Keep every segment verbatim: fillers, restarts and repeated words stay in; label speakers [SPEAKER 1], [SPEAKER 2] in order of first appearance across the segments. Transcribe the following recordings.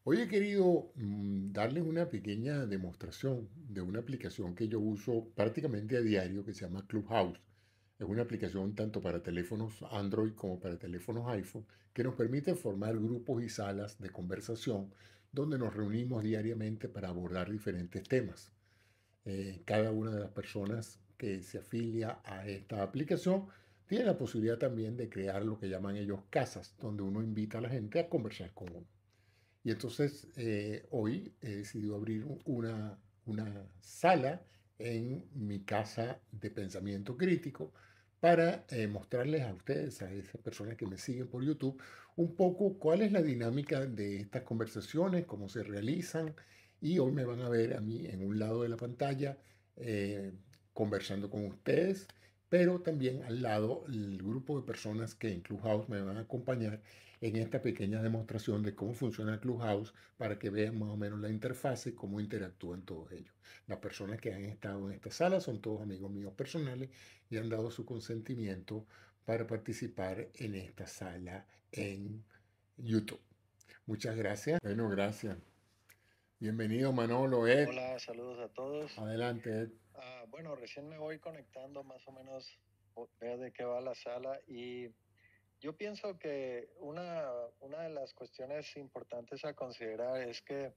[SPEAKER 1] Hoy he querido mm, darles una pequeña demostración de una aplicación que yo uso prácticamente a diario que se llama Clubhouse. Es una aplicación tanto para teléfonos Android como para teléfonos iPhone que nos permite formar grupos y salas de conversación donde nos reunimos diariamente para abordar diferentes temas. Eh, cada una de las personas que se afilia a esta aplicación tiene la posibilidad también de crear lo que llaman ellos casas, donde uno invita a la gente a conversar con uno. Y entonces eh, hoy he decidido abrir una, una sala en mi casa de pensamiento crítico para eh, mostrarles a ustedes, a esas personas que me siguen por YouTube, un poco cuál es la dinámica de estas conversaciones, cómo se realizan. Y hoy me van a ver a mí en un lado de la pantalla eh, conversando con ustedes, pero también al lado el grupo de personas que en Clubhouse me van a acompañar en esta pequeña demostración de cómo funciona Clubhouse para que vean más o menos la interfase y cómo interactúan todos ellos. Las personas que han estado en esta sala son todos amigos míos personales y han dado su consentimiento para participar en esta sala en YouTube. Muchas gracias. Bueno, gracias. Bienvenido Manolo, Ed.
[SPEAKER 2] Hola, saludos a todos.
[SPEAKER 1] Adelante, Ed.
[SPEAKER 2] Ah, bueno, recién me voy conectando, más o menos o- veo de qué va la sala y yo pienso que una, una de las cuestiones importantes a considerar es que,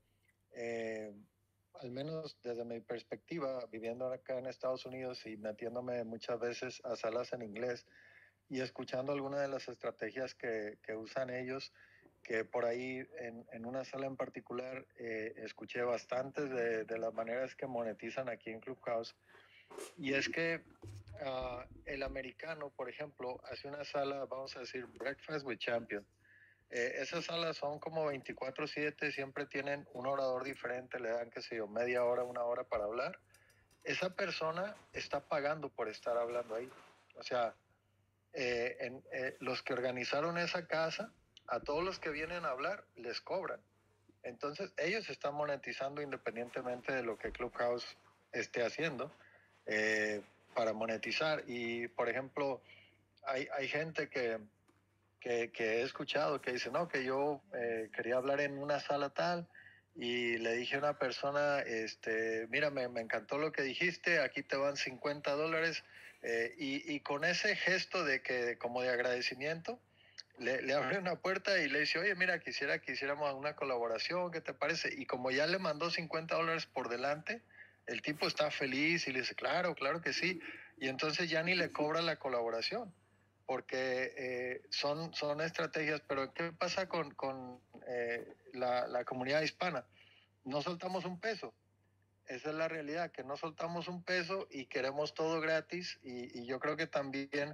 [SPEAKER 2] eh, al menos desde mi perspectiva, viviendo acá en Estados Unidos y metiéndome muchas veces a salas en inglés y escuchando algunas de las estrategias que, que usan ellos, que por ahí en, en una sala en particular eh, escuché bastantes de, de las maneras que monetizan aquí en Clubhouse. Y es que uh, el americano, por ejemplo, hace una sala, vamos a decir, Breakfast with Champion. Eh, esas salas son como veinticuatro siete, siempre tienen un orador diferente, le dan, qué sé yo, media hora, una hora para hablar. Esa persona está pagando por estar hablando ahí. O sea, eh, en, eh, los que organizaron esa casa, a todos los que vienen a hablar, les cobran. Entonces, ellos están monetizando independientemente de lo que Clubhouse esté haciendo eh, para monetizar. Y, por ejemplo, hay, hay gente que, que, que he escuchado que dice, no, que yo eh, quería hablar en una sala tal y le dije a una persona, este, mira, me, me encantó lo que dijiste, aquí te van cincuenta dólares eh, y, y con ese gesto de que, como de agradecimiento, le, le abre una puerta y le dice, oye, mira, quisiera que hiciéramos una colaboración, ¿qué te parece? Y como ya le mandó cincuenta dólares por delante, el tipo está feliz y le dice, claro, claro que sí. Y entonces ya ni le cobra la colaboración, porque eh, son, son estrategias, pero ¿qué pasa con, con eh, la, la comunidad hispana? No soltamos un peso. Esa es la realidad, que no soltamos un peso y queremos todo gratis y, y yo creo que también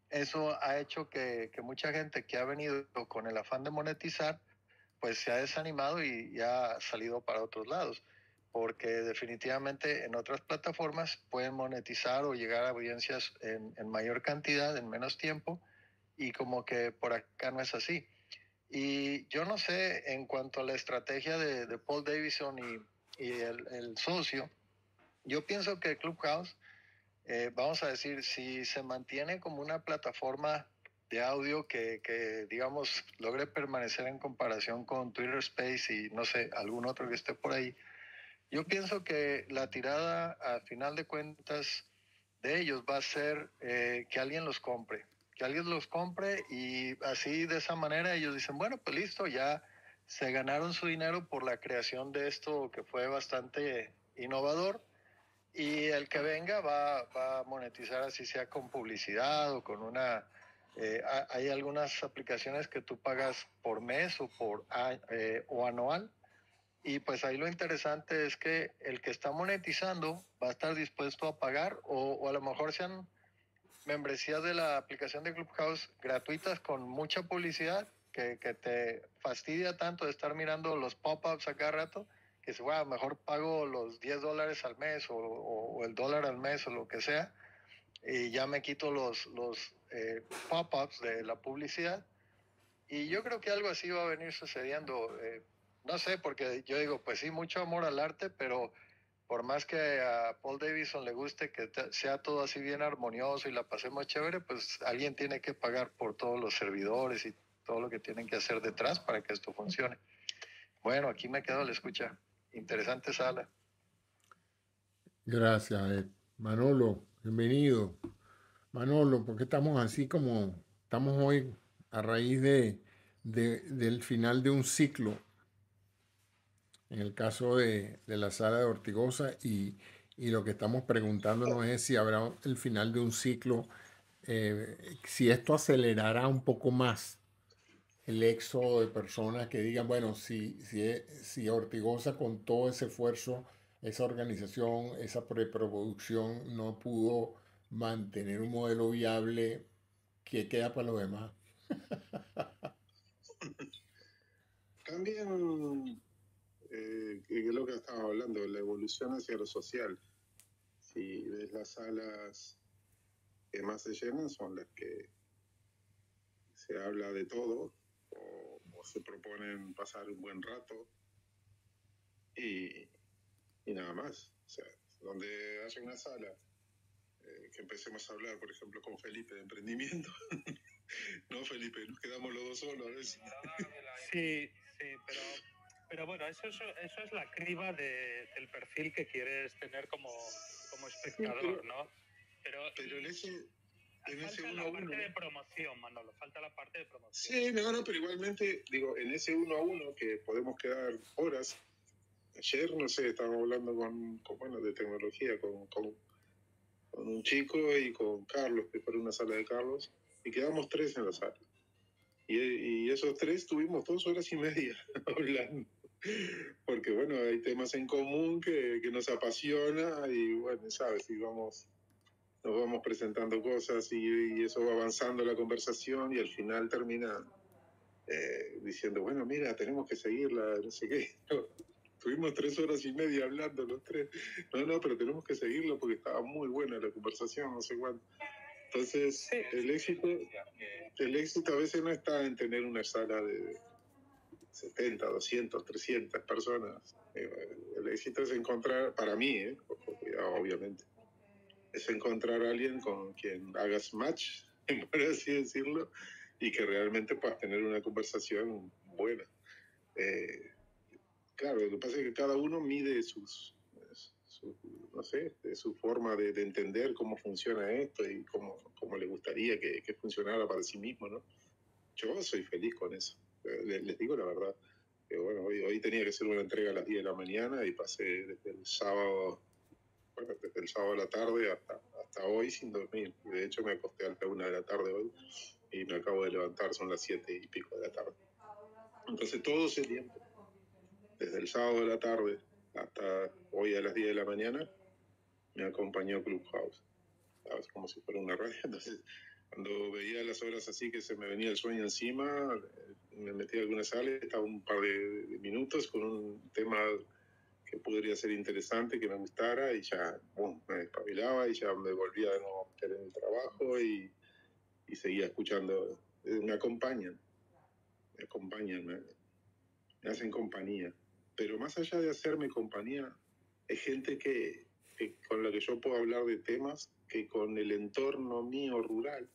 [SPEAKER 2] eso ha hecho que, que mucha gente que ha venido con el afán de monetizar, pues se ha desanimado y, y ha salido para otros lados, porque definitivamente en otras plataformas pueden monetizar o llegar a audiencias en, en mayor cantidad, en menos tiempo, y como que por acá no es así. Y yo no sé en cuanto a la estrategia de, de Paul Davidson y, y el, el socio, yo pienso que Clubhouse, eh, vamos a decir, si se mantiene como una plataforma de audio que, que, digamos, logre permanecer en comparación con Twitter Space y no sé, algún otro que esté por ahí, yo pienso que la tirada, a final de cuentas, de ellos va a ser eh, que alguien los compre, que alguien los compre y así de esa manera ellos dicen, bueno, pues listo, ya se ganaron su dinero por la creación de esto que fue bastante innovador y el que venga va, va a monetizar así sea con publicidad o con una... Eh, hay algunas aplicaciones que tú pagas por mes o, por, eh, o anual y pues ahí lo interesante es que el que está monetizando va a estar dispuesto a pagar o, o a lo mejor sean membresías de la aplicación de Clubhouse gratuitas con mucha publicidad que, que te fastidia tanto de estar mirando los pop-ups a cada rato que se bueno, mejor pago los diez dólares al mes o, o, o, el dólar al mes o lo que sea y ya me quito los, los eh, pop-ups de la publicidad y yo creo que algo así va a venir sucediendo. Eh, no sé, porque yo digo, pues sí, mucho amor al arte, pero por más que a Paul Davidson le guste que sea todo así bien armonioso y la pasemos chévere, pues alguien tiene que pagar por todos los servidores y todo lo que tienen que hacer detrás para que esto funcione. Bueno, aquí me quedo a la escucha. Interesante sala.
[SPEAKER 1] Gracias, Ed. Manolo, bienvenido. Manolo, ¿por qué estamos así como estamos hoy a raíz de, de- del final de un ciclo? En el caso de, de la sala de Ortigosa y, y lo que estamos preguntándonos es si habrá el final de un ciclo, eh, si esto acelerará un poco más el éxodo de personas que digan, bueno, si, si, e- si Ortigosa con todo ese esfuerzo, esa organización, esa preproducción no pudo mantener un modelo viable, ¿qué queda para los demás?
[SPEAKER 3] También, eh, que es lo que estaba hablando, la evolución hacia lo social. Si ves las salas que más se llenan son las que se habla de todo o, o se proponen pasar un buen rato y, y nada más. O sea, donde haya una sala eh, que empecemos a hablar, por ejemplo, con Felipe de emprendimiento. No, Felipe, nos quedamos los dos solos a veces.
[SPEAKER 4] Sí, sí, pero, pero bueno, eso es, eso es la criba de, del perfil que quieres tener como, como espectador,
[SPEAKER 3] Sí, pero,
[SPEAKER 4] ¿no? Pero,
[SPEAKER 3] pero en ese, en ese
[SPEAKER 4] falta
[SPEAKER 3] uno
[SPEAKER 4] la
[SPEAKER 3] a
[SPEAKER 4] parte
[SPEAKER 3] uno.
[SPEAKER 4] de promoción, Manolo, falta la parte de promoción.
[SPEAKER 3] Sí, no, no, pero igualmente, digo, en ese uno a uno que podemos quedar horas. Ayer, no sé, estábamos hablando con, con bueno, de tecnología, con, con, con un chico y con Carlos, que fue una sala de Carlos, y quedamos tres en la sala. Y, y esos tres tuvimos dos horas y media hablando. Porque, bueno, hay temas en común que, que nos apasiona y, bueno, sabes, y vamos, nos vamos presentando cosas y, y eso va avanzando la conversación y al final termina eh, diciendo, bueno, mira, tenemos que seguirla, no sé qué. Tuvimos tres horas y media hablando los tres. No, no, pero tenemos que seguirlo porque estaba muy buena la conversación, no sé cuánto. Entonces, sí, el éxito, el éxito a veces no está en tener una sala de setenta, doscientas, trescientas personas. El éxito es encontrar, para mí, ¿eh? Obviamente, es encontrar a alguien con quien hagas match, por así decirlo, y que realmente puedas tener una conversación buena. Eh, claro, lo que pasa es que cada uno mide sus, su, no sé, de su forma de, de, entender cómo funciona esto y cómo, cómo le gustaría que, que funcionara para sí mismo, ¿no? Yo soy feliz con eso. Les, les digo la verdad. Que bueno, hoy, hoy tenía que hacer una entrega a las diez de la mañana y pasé desde el sábado, bueno, desde el sábado a la tarde hasta, hasta hoy sin dormir. De hecho, me acosté a la una de la tarde hoy y me acabo de levantar, son las siete y pico de la tarde. Entonces, todo ese tiempo, desde el sábado de la tarde hasta hoy a las diez de la mañana, me acompañó Clubhouse, ¿sabes? Como si fuera una radio. Entonces, cuando veía las horas así que se me venía el sueño encima, me metí a alguna sala, estaba un par de, de minutos con un tema que podría ser interesante, que me gustara, y ya boom, me despabilaba y ya me volvía de nuevo a meter en el trabajo y, y seguía escuchando. Me acompañan, me acompañan, me, me hacen compañía. Pero más allá de hacerme compañía, hay gente que, que con la que yo puedo hablar de temas que con el entorno mío rural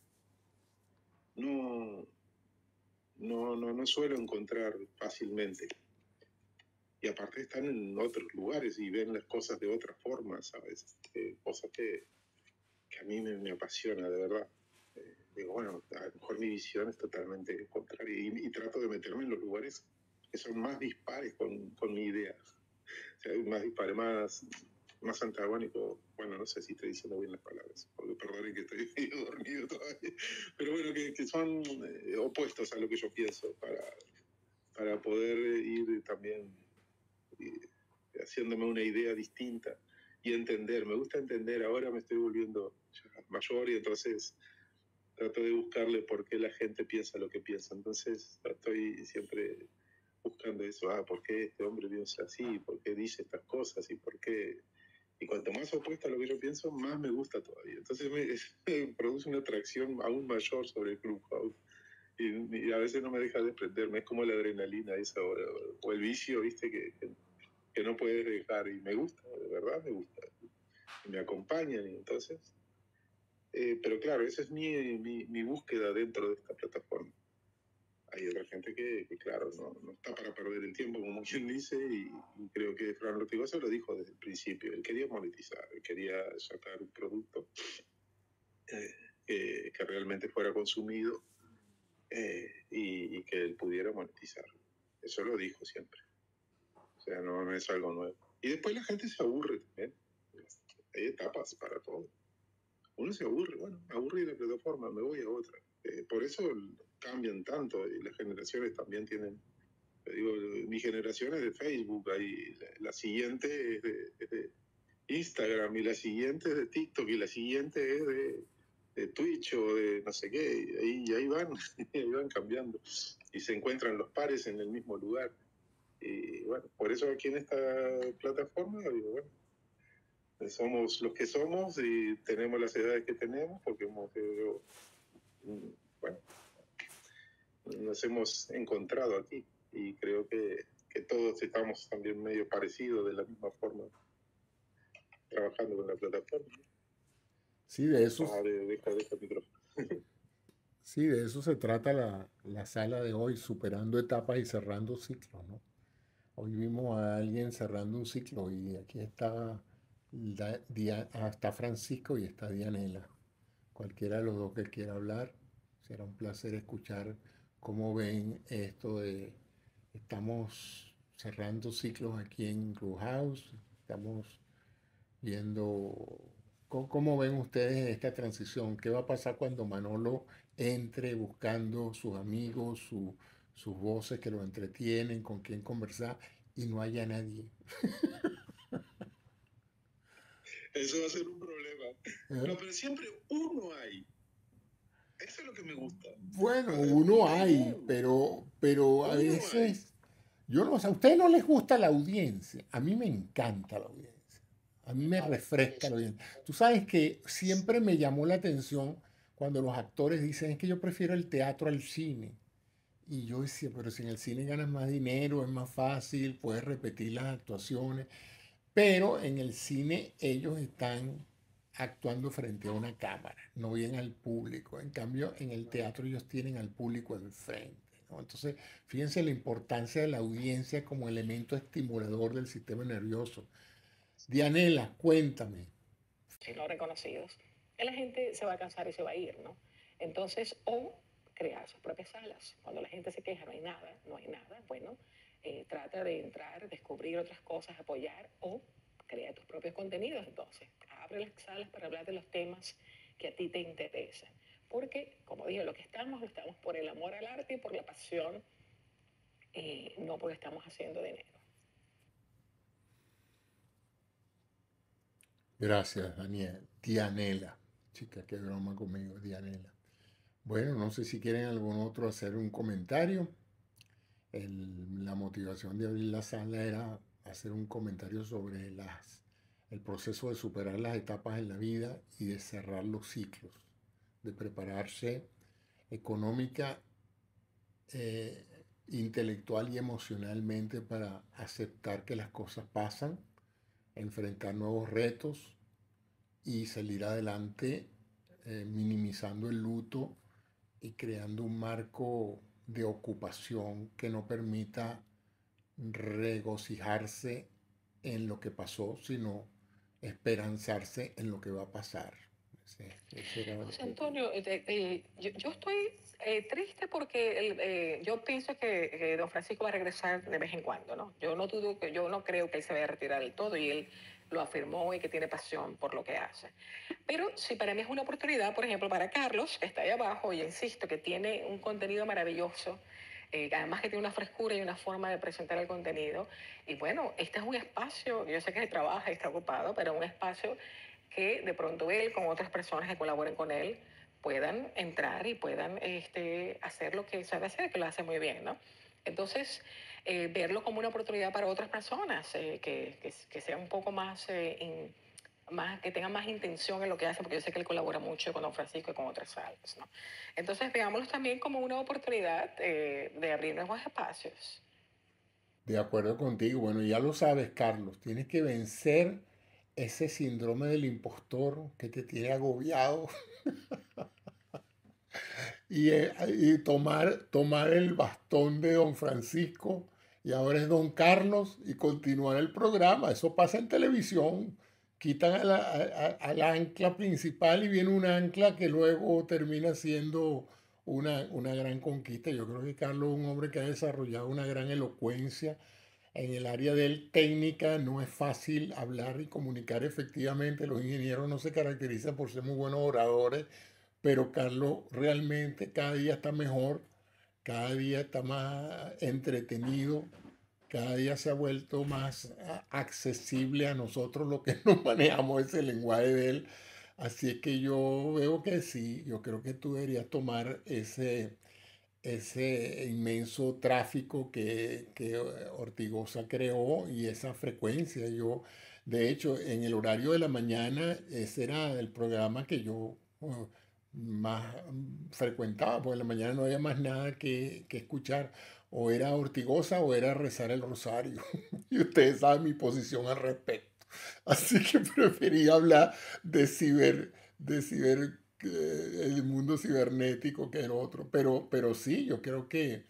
[SPEAKER 3] no, no, no, no suelo encontrar fácilmente. Y aparte están en otros lugares y ven las cosas de otra forma, ¿sabes? Eh, cosas que, que a mí me, me apasiona, de verdad. Eh, digo, bueno, a lo mejor mi visión es totalmente contraria y, y trato de meterme en los lugares que son más dispares con, con mi idea. O sea, más dispares, más, más antagónico. Bueno, no sé si estoy diciendo bien las palabras, porque perdonen que estoy medio dormido todavía. Pero bueno, que, que son eh, opuestos a lo que yo pienso para, para poder ir también eh, haciéndome una idea distinta y entender. Me gusta entender, ahora me estoy volviendo mayor y entonces trato de buscarle por qué la gente piensa lo que piensa. Entonces estoy siempre buscando eso, ah, ¿por qué este hombre piensa así? ¿Por qué dice estas cosas? ¿Y por qué? Y cuanto más opuesta a lo que yo pienso, más me gusta todavía. Entonces me, me produce una atracción aún mayor sobre el Clubhouse. Y, y a veces no me deja desprenderme, es como la adrenalina esa, o, o el vicio, viste, que, que, que no puedes dejar. Y me gusta, de verdad me gusta. Y me acompañan, y entonces... Eh, pero claro, esa es mi, mi, mi búsqueda dentro de esta plataforma. hay otra gente que, que claro, no, no está para perder el tiempo, como quien dice, y, y creo que Fran Ortigosa lo dijo desde el principio. Él quería monetizar, él quería sacar un producto eh, que, que realmente fuera consumido eh, y, y que él pudiera monetizar. Eso lo dijo siempre. O sea, no, no es algo nuevo. Y después la gente se aburre también. Hay etapas para todo. Uno se aburre, bueno, me aburrí de la plataforma, me voy a otra. Eh, por eso cambian tanto y las generaciones también tienen, te digo, mi generación es de Facebook, ahí, la, la siguiente es de, es de Instagram y la siguiente es de TikTok y la siguiente es de, de Twitch o de no sé qué, y ahí, y ahí van, ahí van cambiando y se encuentran los pares en el mismo lugar. Y bueno, por eso aquí en esta plataforma, digo, bueno, somos los que somos y tenemos las edades que tenemos porque hemos, eh, bueno, nos hemos encontrado aquí y creo que, que todos estamos también medio parecidos de la misma forma trabajando con la plataforma.
[SPEAKER 1] Sí, de eso,
[SPEAKER 3] Ah, de, deja, deja el micrófono.
[SPEAKER 1] sí, de eso se trata la, la sala de hoy, superando etapas y cerrando ciclos, ¿no? Hoy vimos a alguien cerrando un ciclo y aquí está, la- Dia- ah, está Francisco y está Dianela. Cualquiera de los dos que quiera hablar, será un placer escuchar cómo ven esto de, estamos cerrando ciclos aquí en Clubhouse, estamos viendo, ¿cómo, cómo ven ustedes esta transición? ¿Qué va a pasar cuando Manolo entre buscando sus amigos, su- sus voces que lo entretienen, con quién conversar y no haya nadie?
[SPEAKER 3] Eso va a ser un problema.
[SPEAKER 1] ¿Eh?
[SPEAKER 3] No, pero siempre uno hay. Eso es lo que me gusta.
[SPEAKER 1] Bueno,
[SPEAKER 3] Cuando
[SPEAKER 1] uno
[SPEAKER 3] hay
[SPEAKER 1] hay,
[SPEAKER 3] uno,
[SPEAKER 1] pero, pero a
[SPEAKER 3] uno hay.
[SPEAKER 1] veces, yo no sé, a ustedes no les gusta la audiencia. A mí me encanta la audiencia. A mí me refresca la audiencia. Tú sabes que siempre me llamó la atención cuando los actores dicen es que yo prefiero el teatro al cine. Y yo decía, pero si en el cine ganas más dinero, es más fácil, puedes repetir las actuaciones. Pero en el cine ellos están actuando frente a una cámara, no bien al público. En cambio, en el teatro ellos tienen al público enfrente, ¿no? Entonces, fíjense la importancia de la audiencia como elemento estimulador del sistema nervioso. Dianela, cuéntame.
[SPEAKER 5] Si no reconocidos, que la gente se va a cansar y se va a ir, ¿no? Entonces, o crear sus propias salas. Cuando la gente se queja, no hay nada, no hay nada, bueno, eh, trata de entrar, descubrir otras cosas, apoyar o crea tus propios contenidos. Entonces, abre las salas para hablar de los temas que a ti te interesan. Porque, como dije, lo que estamos, lo estamos por el amor al arte y por la pasión, eh, no porque estamos haciendo dinero.
[SPEAKER 1] Gracias, Daniel. Dianela. Chica, qué broma conmigo, Dianela. Bueno, no sé si quieren algún otro hacer un comentario. El- la motivación de abrir la sala era hacer un comentario sobre las, el proceso de superar las etapas en la vida y de cerrar los ciclos, de prepararse económica, eh, intelectual y emocionalmente para aceptar que las cosas pasan, enfrentar nuevos retos y salir adelante, eh, minimizando el luto y creando un marco de ocupación que no permita regocijarse en lo que pasó, sino esperanzarse en lo que va a pasar. Ese, ese era,
[SPEAKER 5] José Antonio, eh, eh, yo, yo estoy eh, triste porque el, eh, yo pienso que eh, don Francisco va a regresar de vez en cuando, ¿no? Yo no dudo que yo no creo que él se vaya a retirar del todo y él lo afirmó y que tiene pasión por lo que hace. Pero sí, para mí es una oportunidad, por ejemplo, para Carlos, que está ahí abajo, y insisto, que tiene un contenido maravilloso, eh, además que tiene una frescura y una forma de presentar el contenido. Y bueno, este es un espacio, yo sé que él trabaja y está ocupado, pero un espacio que de pronto él con otras personas que colaboren con él puedan entrar y puedan este, hacer lo que sabe hacer, que lo hace muy bien, ¿no? Entonces, eh, verlo como una oportunidad para otras personas, eh, que, que, que sea un poco más, eh, in, más, que tengan más intención en lo que hace, porque yo sé que él colabora mucho con don Francisco y con otras salas, ¿no? Entonces, veámoslo también como una oportunidad eh, de abrir nuevos espacios.
[SPEAKER 1] de acuerdo contigo. Bueno, ya lo sabes, Carlos, tienes que vencer ese síndrome del impostor que te tiene agobiado y, eh, y tomar, tomar el bastón de don Francisco y ahora es don Carlos y continuar el programa. Eso pasa en televisión. Quitan a la- a- a- al ancla principal y viene un ancla que luego termina siendo una, una gran conquista. Yo creo que Carlos es un hombre que ha desarrollado una gran elocuencia en el área de él, técnica. No es fácil hablar y comunicar efectivamente. Los ingenieros no se caracterizan por ser muy buenos oradores, pero Carlos realmente cada día está mejor, cada día está más entretenido, cada día se ha vuelto más a- accesible a nosotros lo que no manejamos ese lenguaje de él. Así es que yo veo que sí, yo creo que tú deberías tomar ese, ese inmenso tráfico que, que Ortigosa creó y esa frecuencia. Yo, de hecho, en el horario de la mañana, ese era el programa que yo uh, más mm, frecuentaba, porque en la mañana no había más nada que, que escuchar. O era Ortigosa o era rezar el rosario. Y ustedes saben mi posición al respecto. Así que prefería hablar de ciber, de ciber, eh, el mundo cibernético que el otro. Pero, pero sí, yo creo que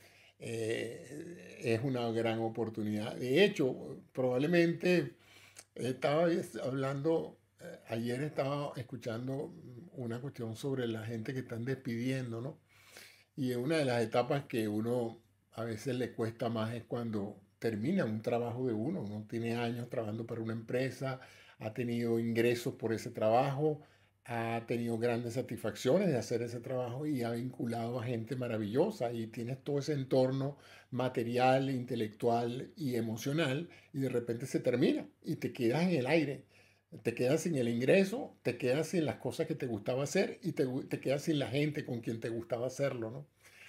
[SPEAKER 1] eh, es una gran oportunidad. De hecho, probablemente estaba es- hablando, eh, ayer estaba escuchando una cuestión sobre la gente que están despidiendo, ¿no? Y una de las etapas que uno a veces le cuesta más es cuando termina un trabajo de uno. Uno tiene años trabajando para una empresa, ha tenido ingresos por ese trabajo, ha tenido grandes satisfacciones de hacer ese trabajo y ha vinculado a gente maravillosa y tienes todo ese entorno material, intelectual y emocional y de repente se termina y te quedas en el aire. Te quedas sin el ingreso, te quedas sin las cosas que te gustaba hacer y te, gu- te quedas sin la gente con quien te gustaba hacerlo, ¿no?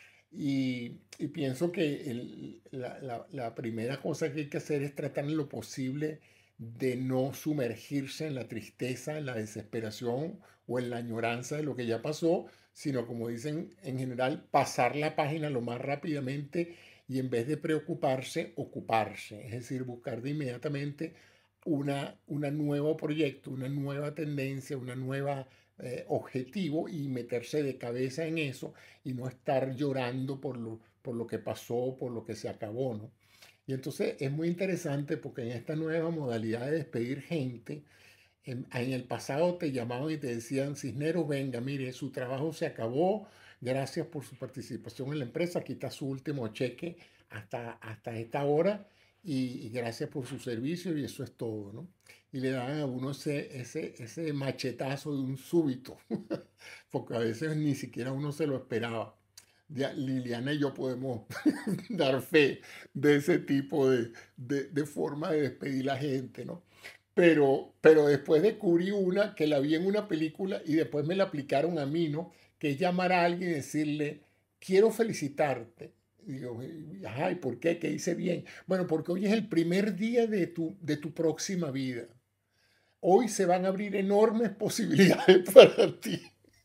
[SPEAKER 1] Y, y pienso que el- la, la- la primera cosa que hay que hacer es tratar en lo posible de no sumergirse en la tristeza, en la desesperación o en la añoranza de lo que ya pasó, sino como dicen en general, pasar la página lo más rápidamente y en vez de preocuparse, ocuparse, es decir, buscar de inmediatamente una, una nuevo proyecto, una nueva tendencia, una nueva eh, objetivo y meterse de cabeza en eso y no estar llorando por lo, por lo que pasó, por lo que se acabó, ¿no? Y entonces es muy interesante porque en esta nueva modalidad de despedir gente, en, en el pasado te llamaban y te decían, Cisneros, venga, mire, su trabajo se acabó, gracias por su participación en la empresa, aquí está su último cheque hasta, hasta esta hora y, y gracias por su servicio y eso es todo, ¿no? Y le daban a uno ese, ese, ese machetazo de un súbito, porque a veces ni siquiera uno se lo esperaba. Ya Liliana y yo podemos dar fe de ese tipo de, de, de forma de despedir a la gente, ¿no? Pero, pero después descubrí una que la vi en una película y después me la aplicaron a mí, ¿no? Que es llamar a alguien y decirle, quiero felicitarte. Y digo, ajá, ¿y por qué? ¿Qué hice bien? Bueno, porque hoy es el primer día de tu, de tu próxima vida. Hoy se van a abrir enormes posibilidades para ti.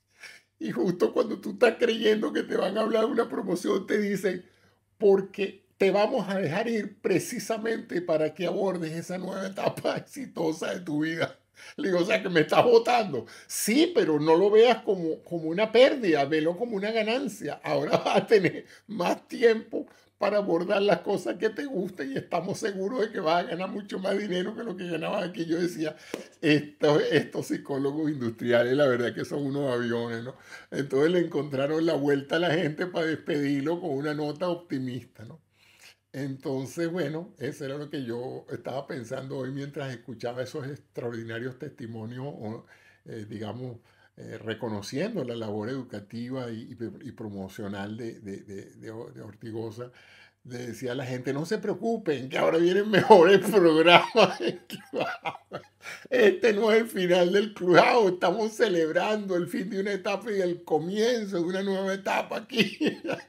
[SPEAKER 1] Y justo cuando tú estás creyendo que te van a hablar de una promoción, te dicen, porque te vamos a dejar ir precisamente para que abordes esa nueva etapa exitosa de tu vida. Le digo, o sea, que me estás votando. Sí, pero no lo veas como, como una pérdida, velo como una ganancia. Ahora vas a tener más tiempo para abordar las cosas que te gustan y estamos seguros de que vas a ganar mucho más dinero que lo que ganabas aquí. Yo decía, estos, estos psicólogos industriales, la verdad que son unos aviones, ¿no? Entonces le encontraron la vuelta a la gente para despedirlo con una nota optimista, ¿no? Entonces, bueno, eso era lo que yo estaba pensando hoy mientras escuchaba esos extraordinarios testimonios, o, eh, digamos, eh, reconociendo la labor educativa y, y- y promocional de, de, de- de O- de Ortigosa. Le decía a la gente, no se preocupen, que ahora vienen mejores programas en Clubhouse. Este no es el final del Clubhouse, estamos celebrando el fin de una etapa y el comienzo de una nueva etapa aquí.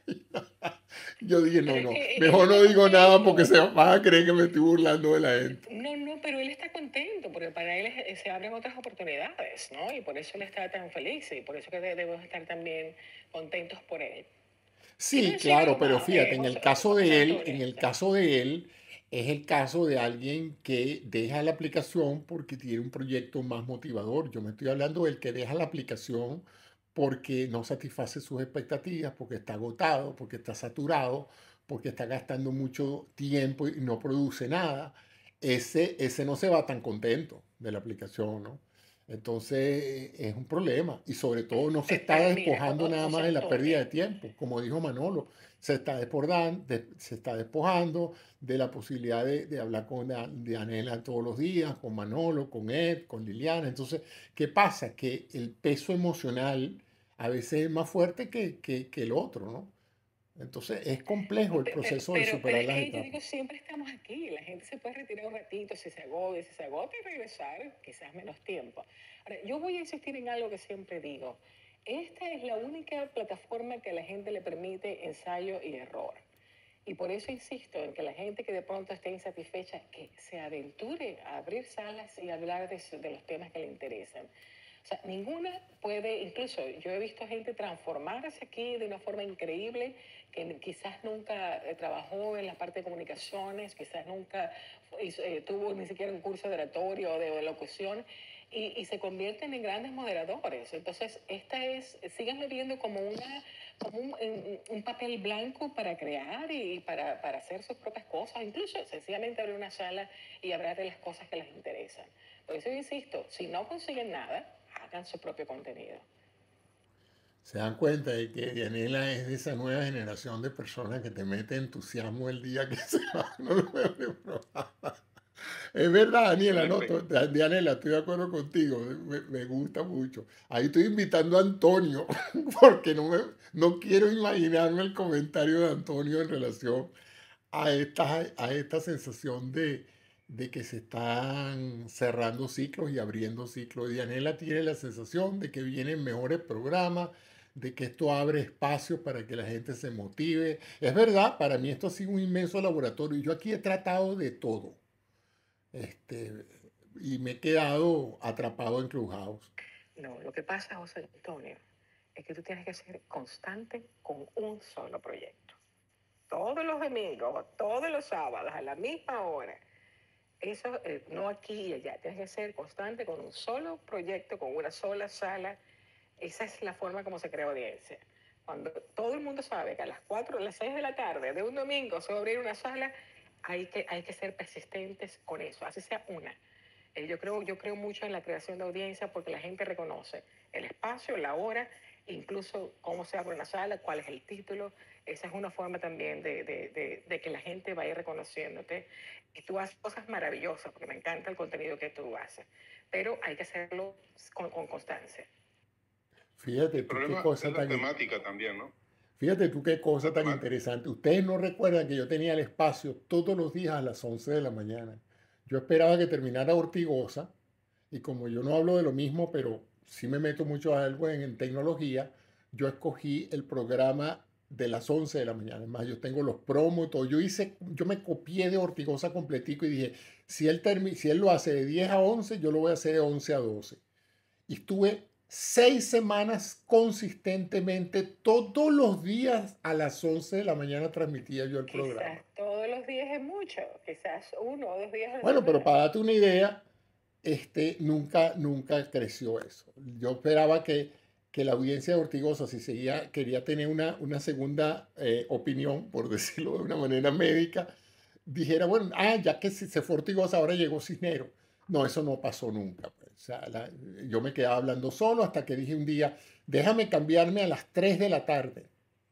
[SPEAKER 1] Yo dije, no,
[SPEAKER 5] Pero es
[SPEAKER 1] no,
[SPEAKER 5] que él, él
[SPEAKER 1] mejor
[SPEAKER 5] está
[SPEAKER 1] no digo nada porque
[SPEAKER 5] contento.
[SPEAKER 1] se van a creer que me estoy burlando de la gente.
[SPEAKER 5] No, no, pero él está contento porque para él es- se abren otras oportunidades, ¿no? Y por eso él está tan feliz y por eso que de- debemos estar también contentos por él. Quiero
[SPEAKER 1] Sí,
[SPEAKER 5] decir algo
[SPEAKER 1] claro, pero
[SPEAKER 5] más,
[SPEAKER 1] fíjate,
[SPEAKER 5] eh,
[SPEAKER 1] en el
[SPEAKER 5] José,
[SPEAKER 1] caso
[SPEAKER 5] José
[SPEAKER 1] de él,
[SPEAKER 5] Antonio.
[SPEAKER 1] en el caso de él, es el caso de alguien que deja la aplicación porque tiene un proyecto más motivador. Yo me estoy hablando del que deja la aplicación porque no satisface sus expectativas, porque está agotado, porque está saturado, porque está gastando mucho tiempo y no produce nada, ese, ese no se va tan contento de la aplicación, ¿no? Entonces es un problema y sobre todo no se
[SPEAKER 5] Pe-
[SPEAKER 1] está
[SPEAKER 5] Pero mira, Jo-
[SPEAKER 1] despojando
[SPEAKER 5] Jo-
[SPEAKER 1] nada
[SPEAKER 5] José
[SPEAKER 1] más de la pérdida
[SPEAKER 5] Antonio,
[SPEAKER 1] de tiempo, como dijo Manolo, se está despojando, de- se está despojando de la posibilidad de, de hablar con Da- Dianela todos los días, con Manolo, con Ed, con Liliana. Entonces, ¿qué pasa? Que el peso emocional a veces es más fuerte que, que, que el otro, ¿no? Entonces es complejo el
[SPEAKER 5] Pe- Pero,
[SPEAKER 1] proceso de
[SPEAKER 5] pero, pero
[SPEAKER 1] superar
[SPEAKER 5] es
[SPEAKER 1] las
[SPEAKER 5] que yo digo,
[SPEAKER 1] etapas.
[SPEAKER 5] siempre estamos aquí. La gente se puede retirar un ratito si se agobia, si se agota y regresar, quizás menos tiempo. Ahora, yo voy a insistir en algo que siempre digo. Esta es la única plataforma que a la gente le permite ensayo y error. Y por eso insisto en que la gente que de pronto esté insatisfecha, que se aventure a abrir salas y hablar de, su- de los temas que le interesan. O sea, ninguna puede, incluso yo he visto gente transformarse aquí de una forma increíble, que quizás nunca eh, trabajó en la parte de comunicaciones, quizás nunca hizo- eh, tuvo ni siquiera un curso de oratorio o de locución, y, y se convierten en grandes moderadores. Entonces, esta es, síganme viendo como una como un, un- un papel blanco para crear y para, para hacer sus propias cosas, incluso sencillamente abrir una sala y hablar de las cosas que les interesan. Por eso yo insisto, si no consiguen nada, hagan su propio contenido.
[SPEAKER 1] Se dan cuenta de que Dianela es de esa nueva generación de personas que te mete entusiasmo el día que se va a los mejores programas. Es verdad, Daniela, no,
[SPEAKER 3] Perfecto.
[SPEAKER 1] to- Da- Dianela, estoy de acuerdo contigo, me, me gusta mucho. Ahí estoy invitando a Antonio, porque no, me, no quiero imaginarme el comentario de Antonio en relación a esta, a esta sensación de, de que se están cerrando ciclos y abriendo ciclos. Dianela tiene la sensación de que vienen mejores programas, de que esto abre espacios para que la gente se motive. Es verdad, para mí esto ha sido un inmenso laboratorio. Yo aquí he tratado de todo. Este, y me he quedado atrapado en Clubhouse.
[SPEAKER 5] No, lo que pasa, José Antonio, es que tú tienes que ser constante con un solo proyecto. Todos los domingos, todos los sábados, a la misma hora. Eso, eh, no aquí y allá. Tienes que ser constante con un solo proyecto, con una sola sala. Esa es la forma como se crea audiencia. Cuando todo el mundo sabe que a las cuatro, a las seis de la tarde de un domingo se va a abrir una sala, hay que, hay que ser persistentes con eso, así sea una. Eh, yo, creo, yo creo mucho en la creación de audiencia porque la gente reconoce el espacio, la hora, incluso cómo se abre una sala, cuál es el título. Esa es una forma también de, de, de, de que la gente vaya reconociéndote. Y tú haces cosas maravillosas, porque me encanta el contenido que tú haces, pero hay que hacerlo con, con constancia.
[SPEAKER 1] Fíjate
[SPEAKER 3] El
[SPEAKER 1] tú qué
[SPEAKER 3] problema
[SPEAKER 1] cosa
[SPEAKER 3] es la
[SPEAKER 1] tan, in-
[SPEAKER 3] temática también, ¿no?
[SPEAKER 1] fíjate tú qué cosa
[SPEAKER 3] La
[SPEAKER 1] tan
[SPEAKER 3] temática.
[SPEAKER 1] interesante. Ustedes no recuerdan que yo tenía el espacio todos los días a las once de la mañana. Yo esperaba que terminara Ortigosa y como yo no hablo de lo mismo, pero sí me meto mucho a algo en, en tecnología, yo escogí el programa de las once de la mañana. Es más, yo tengo los promos y todo. Yo hice, yo me copié de Ortigosa completico y dije, si él, termi- si él lo hace de diez a once, yo lo voy a hacer de once a doce. Y estuve seis semanas consistentemente, todos los días a las once de la mañana transmitía yo el
[SPEAKER 5] Quizás
[SPEAKER 1] programa.
[SPEAKER 5] todos los días es mucho, quizás uno o dos días a la
[SPEAKER 1] Bueno, pero
[SPEAKER 5] semana.
[SPEAKER 1] para darte una idea, este, nunca, nunca creció eso. Yo esperaba que, que la audiencia de Ortigosa, si seguía, quería tener una, una segunda eh, opinión, por decirlo de una manera médica, dijera, bueno, ah, ya que si se fue Ortigosa, ahora llegó Cisnero. No, eso no pasó nunca, pues. O sea, la- yo me quedaba hablando solo hasta que dije un día, déjame cambiarme a las tres de la tarde.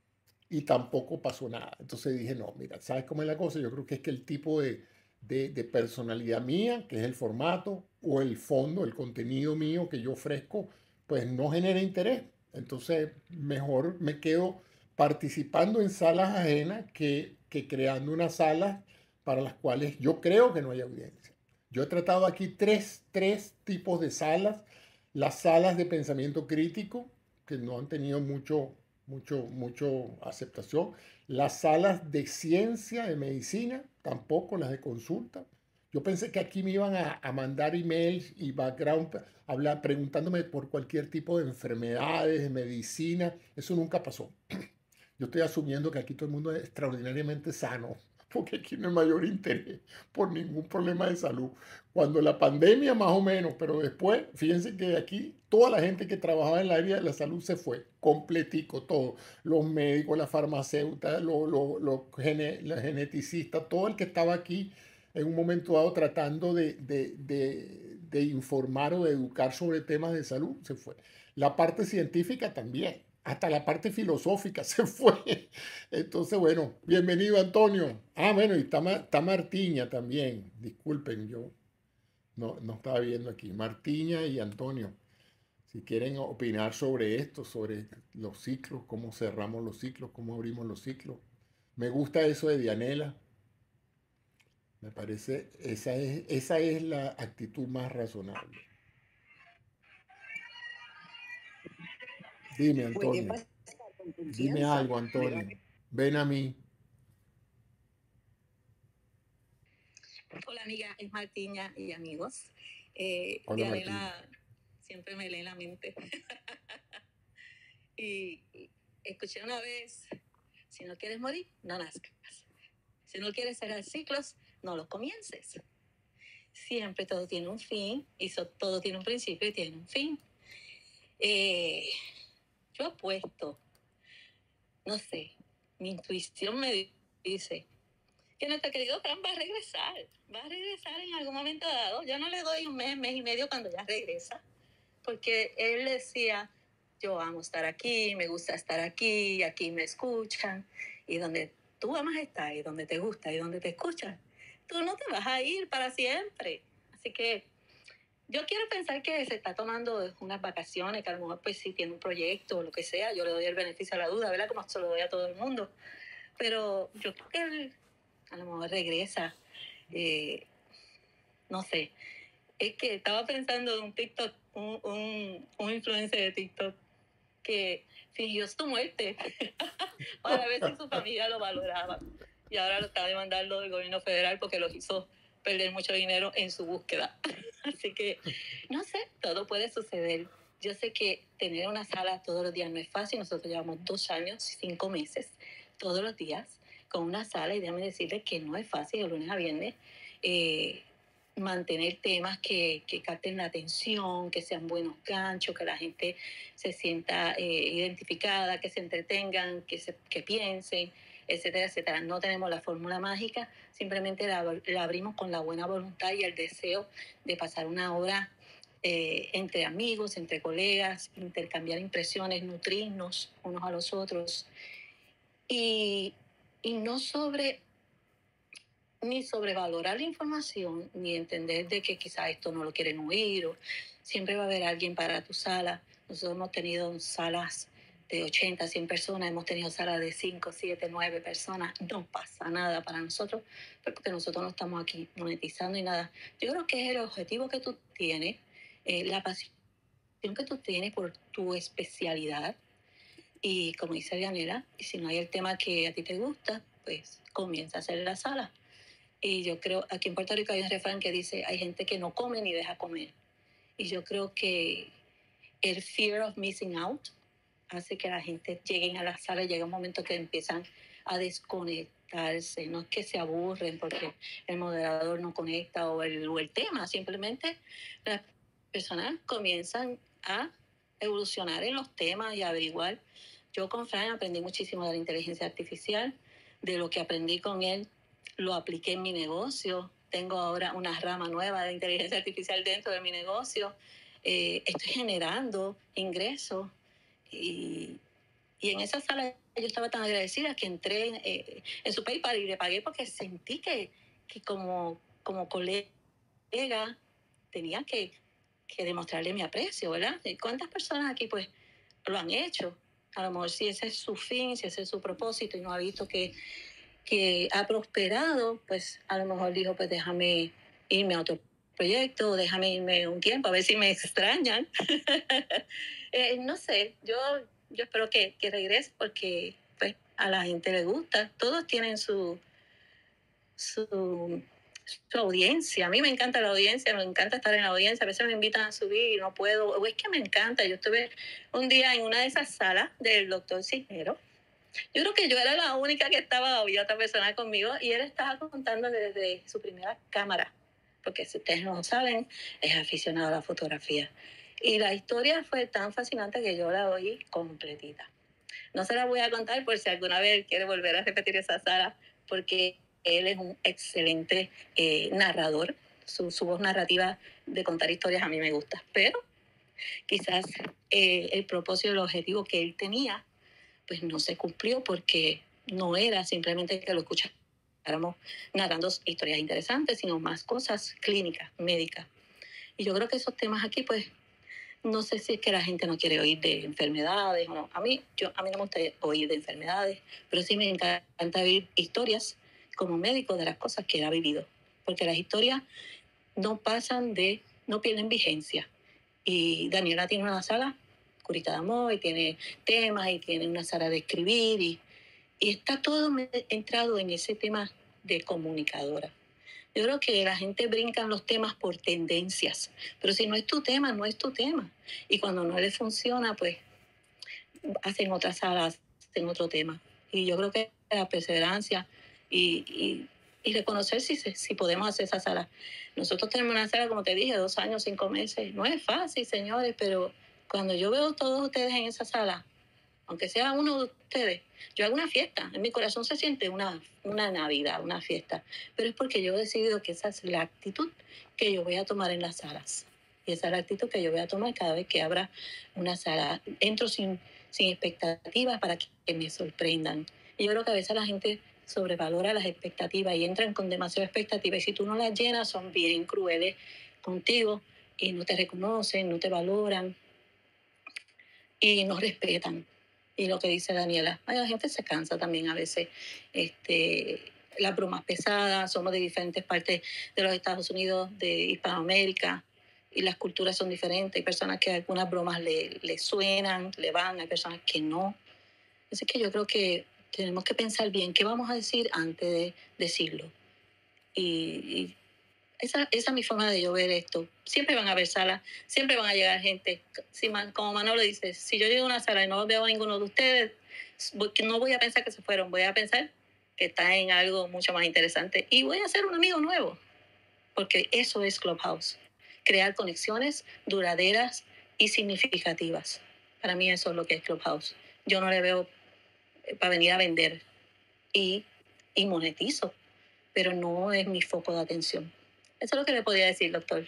[SPEAKER 1] Y tampoco pasó nada. Entonces dije, no, mira, ¿sabes cómo es la cosa? Yo creo que es que el tipo de, de, de personalidad mía, que es el formato, o el fondo, el contenido mío que yo ofrezco, pues no genera interés. Entonces, mejor me quedo participando en salas ajenas que, que creando unas salas para las cuales yo creo que no hay audiencia. Yo he tratado aquí tres, tres tipos de salas. Las salas de pensamiento crítico, que no han tenido mucho, mucho, mucho aceptación. Las salas de ciencia, de medicina, tampoco las de consulta. Yo pensé que aquí me iban a, a mandar emails y background, hablar, preguntándome por cualquier tipo de enfermedades, de medicina. Eso nunca pasó. Yo estoy asumiendo que aquí todo el mundo es extraordinariamente sano, porque aquí no hay mayor interés por ningún problema de salud. Cuando la pandemia más o menos, pero después, fíjense que aquí toda la gente que trabajaba en el área de la salud se fue, completico, todo. Los médicos, las farmacéuticas, los, los, los gene- los geneticistas, todo el que estaba aquí en un momento dado tratando de, de, de, de informar o de educar sobre temas de salud, se fue. La parte científica también, hasta la parte filosófica se fue. Entonces, bueno, bienvenido Antonio. Ah, bueno, y está, Ma- está Martiña también. Disculpen, yo no, no estaba viendo aquí. Martiña y Antonio, si quieren opinar sobre esto, sobre los ciclos, cómo cerramos los ciclos, cómo abrimos los ciclos. Me gusta eso de Dianela. Me parece, esa es, esa es la actitud más razonable. Dime,
[SPEAKER 6] Puede
[SPEAKER 1] Antonio.
[SPEAKER 6] pasar con
[SPEAKER 1] Dime
[SPEAKER 6] confianza.
[SPEAKER 1] algo, Antonio. Ven a mí.
[SPEAKER 6] Hola amiga, es Martiña y amigos. Eh,
[SPEAKER 1] Hola,
[SPEAKER 6] Dianela siempre me lee la mente. y, y escuché una vez, si no quieres morir, no nazcas. Si no quieres cerrar ciclos, no los comiences. Siempre todo tiene un fin y so, todo tiene un principio y tiene un fin. Eh, yo apuesto, no sé, mi intuición me dice que nuestro querido Fran va a regresar, va a regresar en algún momento dado. Yo no le doy un mes, mes y medio cuando ya regresa, porque él decía, yo amo estar aquí, me gusta estar aquí, aquí me escuchan, y donde tú amas estar, y donde te gusta, y donde te escuchan, tú no te vas a ir para siempre. Así que yo quiero pensar que se está tomando unas vacaciones, que a lo mejor pues sí tiene un proyecto o lo que sea, yo le doy el beneficio a la duda, ¿verdad? Como se lo doy a todo el mundo. Pero yo creo que él a lo mejor regresa, eh, no sé. Es que estaba pensando en un TikTok, un, un, un influencer de TikTok que fingió su muerte para ver si su familia lo valoraba. Y ahora lo está demandando el gobierno federal porque los hizo perder mucho dinero en su búsqueda. Así que, no sé, todo puede suceder. Yo sé que tener una sala todos los días no es fácil. Nosotros llevamos dos años, cinco meses, todos los días con una sala. Y déjame decirles que no es fácil de lunes a viernes. Eh, mantener temas que, que capten la atención, que sean buenos ganchos, que la gente se sienta eh, identificada, que se entretengan, que, se, que piensen, etcétera, etcétera. No tenemos la fórmula mágica, simplemente la, la abrimos con la buena voluntad y el deseo de pasar una hora eh, entre amigos, entre colegas, intercambiar impresiones, nutrirnos unos a los otros y, y no sobre ni sobrevalorar la información, ni entender de que quizás esto no lo quieren oír, o siempre va a haber alguien para tu sala. Nosotros hemos tenido salas de ochenta, cien personas, hemos tenido salas de cinco, siete, nueve personas, no pasa nada para nosotros, porque nosotros no estamos aquí monetizando y nada. Yo creo que es el objetivo que tú tienes, eh, la pasión que tú tienes por tu especialidad, y como dice Dianela, y si no hay el tema que a ti te gusta, pues comienza a hacer la sala. Y yo creo, aquí en Puerto Rico hay un refrán que dice, hay gente que no come ni deja comer. Y yo creo que el fear of missing out hace que la gente llegue a la sala y llega un momento que empiezan a desconectarse. No es que se aburren porque el moderador no conecta o el, o el tema, simplemente las personas comienzan a evolucionar en los temas y a averiguar. Yo con Fran aprendí muchísimo de la inteligencia artificial, de lo que aprendí con él lo apliqué en mi negocio. Tengo ahora una rama nueva de inteligencia artificial dentro de mi negocio. Eh, estoy generando ingresos y, y en esa sala yo estaba tan agradecida que entré eh, en su PayPal y le pagué porque sentí que, que como, como colega tenía que, que demostrarle mi aprecio, ¿verdad? ¿Y cuántas personas aquí pues lo han hecho? A lo mejor si ese es su fin, si ese es su propósito y no ha visto que que ha prosperado, pues a lo mejor dijo, pues déjame irme a otro proyecto, déjame irme un tiempo, a ver si me extrañan. eh, no sé, yo, yo espero que, que regrese porque pues, a la gente le gusta. Todos tienen su, su, su audiencia. A mí me encanta la audiencia, me encanta estar en la audiencia. A veces me invitan a subir y no puedo. O es que me encanta. Yo estuve un día en una de esas salas del doctor Cisneros Yo creo que yo era la única que estaba, había otra persona conmigo, y él estaba contando desde su primera cámara, porque si ustedes no lo saben, es aficionado a la fotografía. Y la historia fue tan fascinante que yo la oí completita. No se la voy a contar por si alguna vez quiere volver a repetir esa sala, porque él es un excelente eh, narrador. Su, su voz narrativa de contar historias a mí me gusta, pero quizás eh, el propósito, el objetivo que él tenía, pues no se cumplió, porque no era simplemente que lo escucháramos narrando historias interesantes, sino más cosas clínicas, médicas. Y yo creo que esos temas aquí, pues, no sé si es que la gente no quiere oír de enfermedades o no. A mí, yo, a mí no me gusta oír de enfermedades, pero sí me encanta oír historias como médico de las cosas que él ha vivido, porque las historias no pasan de, no pierden vigencia. Y Daniela tiene una sala, Curita de Amor, y tiene temas, y tiene una sala de escribir, y, y está todo entrado en ese tema de comunicadora. Yo creo que la gente brinca en los temas por tendencias, pero si no es tu tema, no es tu tema. Y cuando no les funciona, pues hacen otras salas, hacen otro tema. Y yo creo que la perseverancia y, y, y reconocer si, si podemos hacer esa sala. Nosotros tenemos una sala, como te dije, dos años, cinco meses. No es fácil, señores, pero cuando yo veo a todos ustedes en esa sala, aunque sea uno de ustedes, yo hago una fiesta. En mi corazón se siente una, una Navidad, una fiesta. Pero es porque yo he decidido que esa es la actitud que yo voy a tomar en las salas. Y esa es la actitud que yo voy a tomar cada vez que abra una sala. Entro sin, sin expectativas para que me sorprendan. Y yo creo que a veces la gente sobrevalora las expectativas y entran con demasiada expectativa. Y si tú no las llenas, son bien crueles contigo y no te reconocen, no te valoran y no respetan. Y lo que dice Daniela, ay, la gente se cansa también a veces. Este, las bromas pesadas, somos de diferentes partes de los Estados Unidos, de Hispanoamérica, y las culturas son diferentes. Hay personas que algunas bromas le, le suenan, le van, hay personas que no. Así que yo creo que tenemos que pensar bien qué vamos a decir antes de decirlo. Y, y esa, esa es mi forma de yo ver esto. Siempre van a haber salas, siempre van a llegar gente. Si, como Manolo dice, si yo llego a una sala y no veo a ninguno de ustedes, no voy a pensar que se fueron, voy a pensar que está en algo mucho más interesante y voy a hacer un amigo nuevo, porque eso es Clubhouse. Crear conexiones duraderas y significativas. Para mí eso es lo que es Clubhouse. Yo no le veo para venir a vender y, y monetizo, pero no es mi foco de atención. Eso es lo que le podía decir, doctor.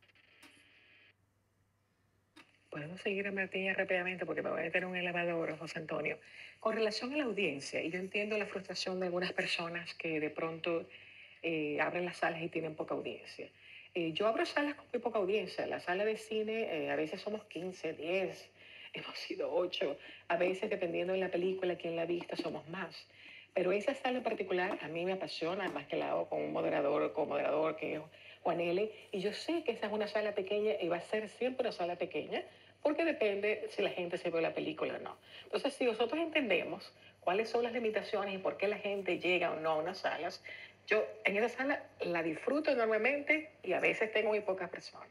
[SPEAKER 5] Podemos seguir a Martínez rápidamente porque me voy a meter en un elevador, José Antonio. Con relación a la audiencia, y yo entiendo la frustración de algunas personas que de pronto eh, abren las salas y tienen poca audiencia. Eh, yo abro salas con muy poca audiencia. La sala de cine, eh, a veces somos quince, diez, hemos sido ocho. A veces, dependiendo de la película, quién la ha visto, somos más. Pero esa sala en particular a mí me apasiona, además que la hago con un moderador, con moderador que es Juan L. Y yo sé que esa es una sala pequeña y va a ser siempre una sala pequeña, porque depende si la gente se ve la película o no. Entonces, si nosotros entendemos cuáles son las limitaciones y por qué la gente llega o no a unas salas, yo en esa sala la disfruto enormemente y a veces tengo muy pocas personas.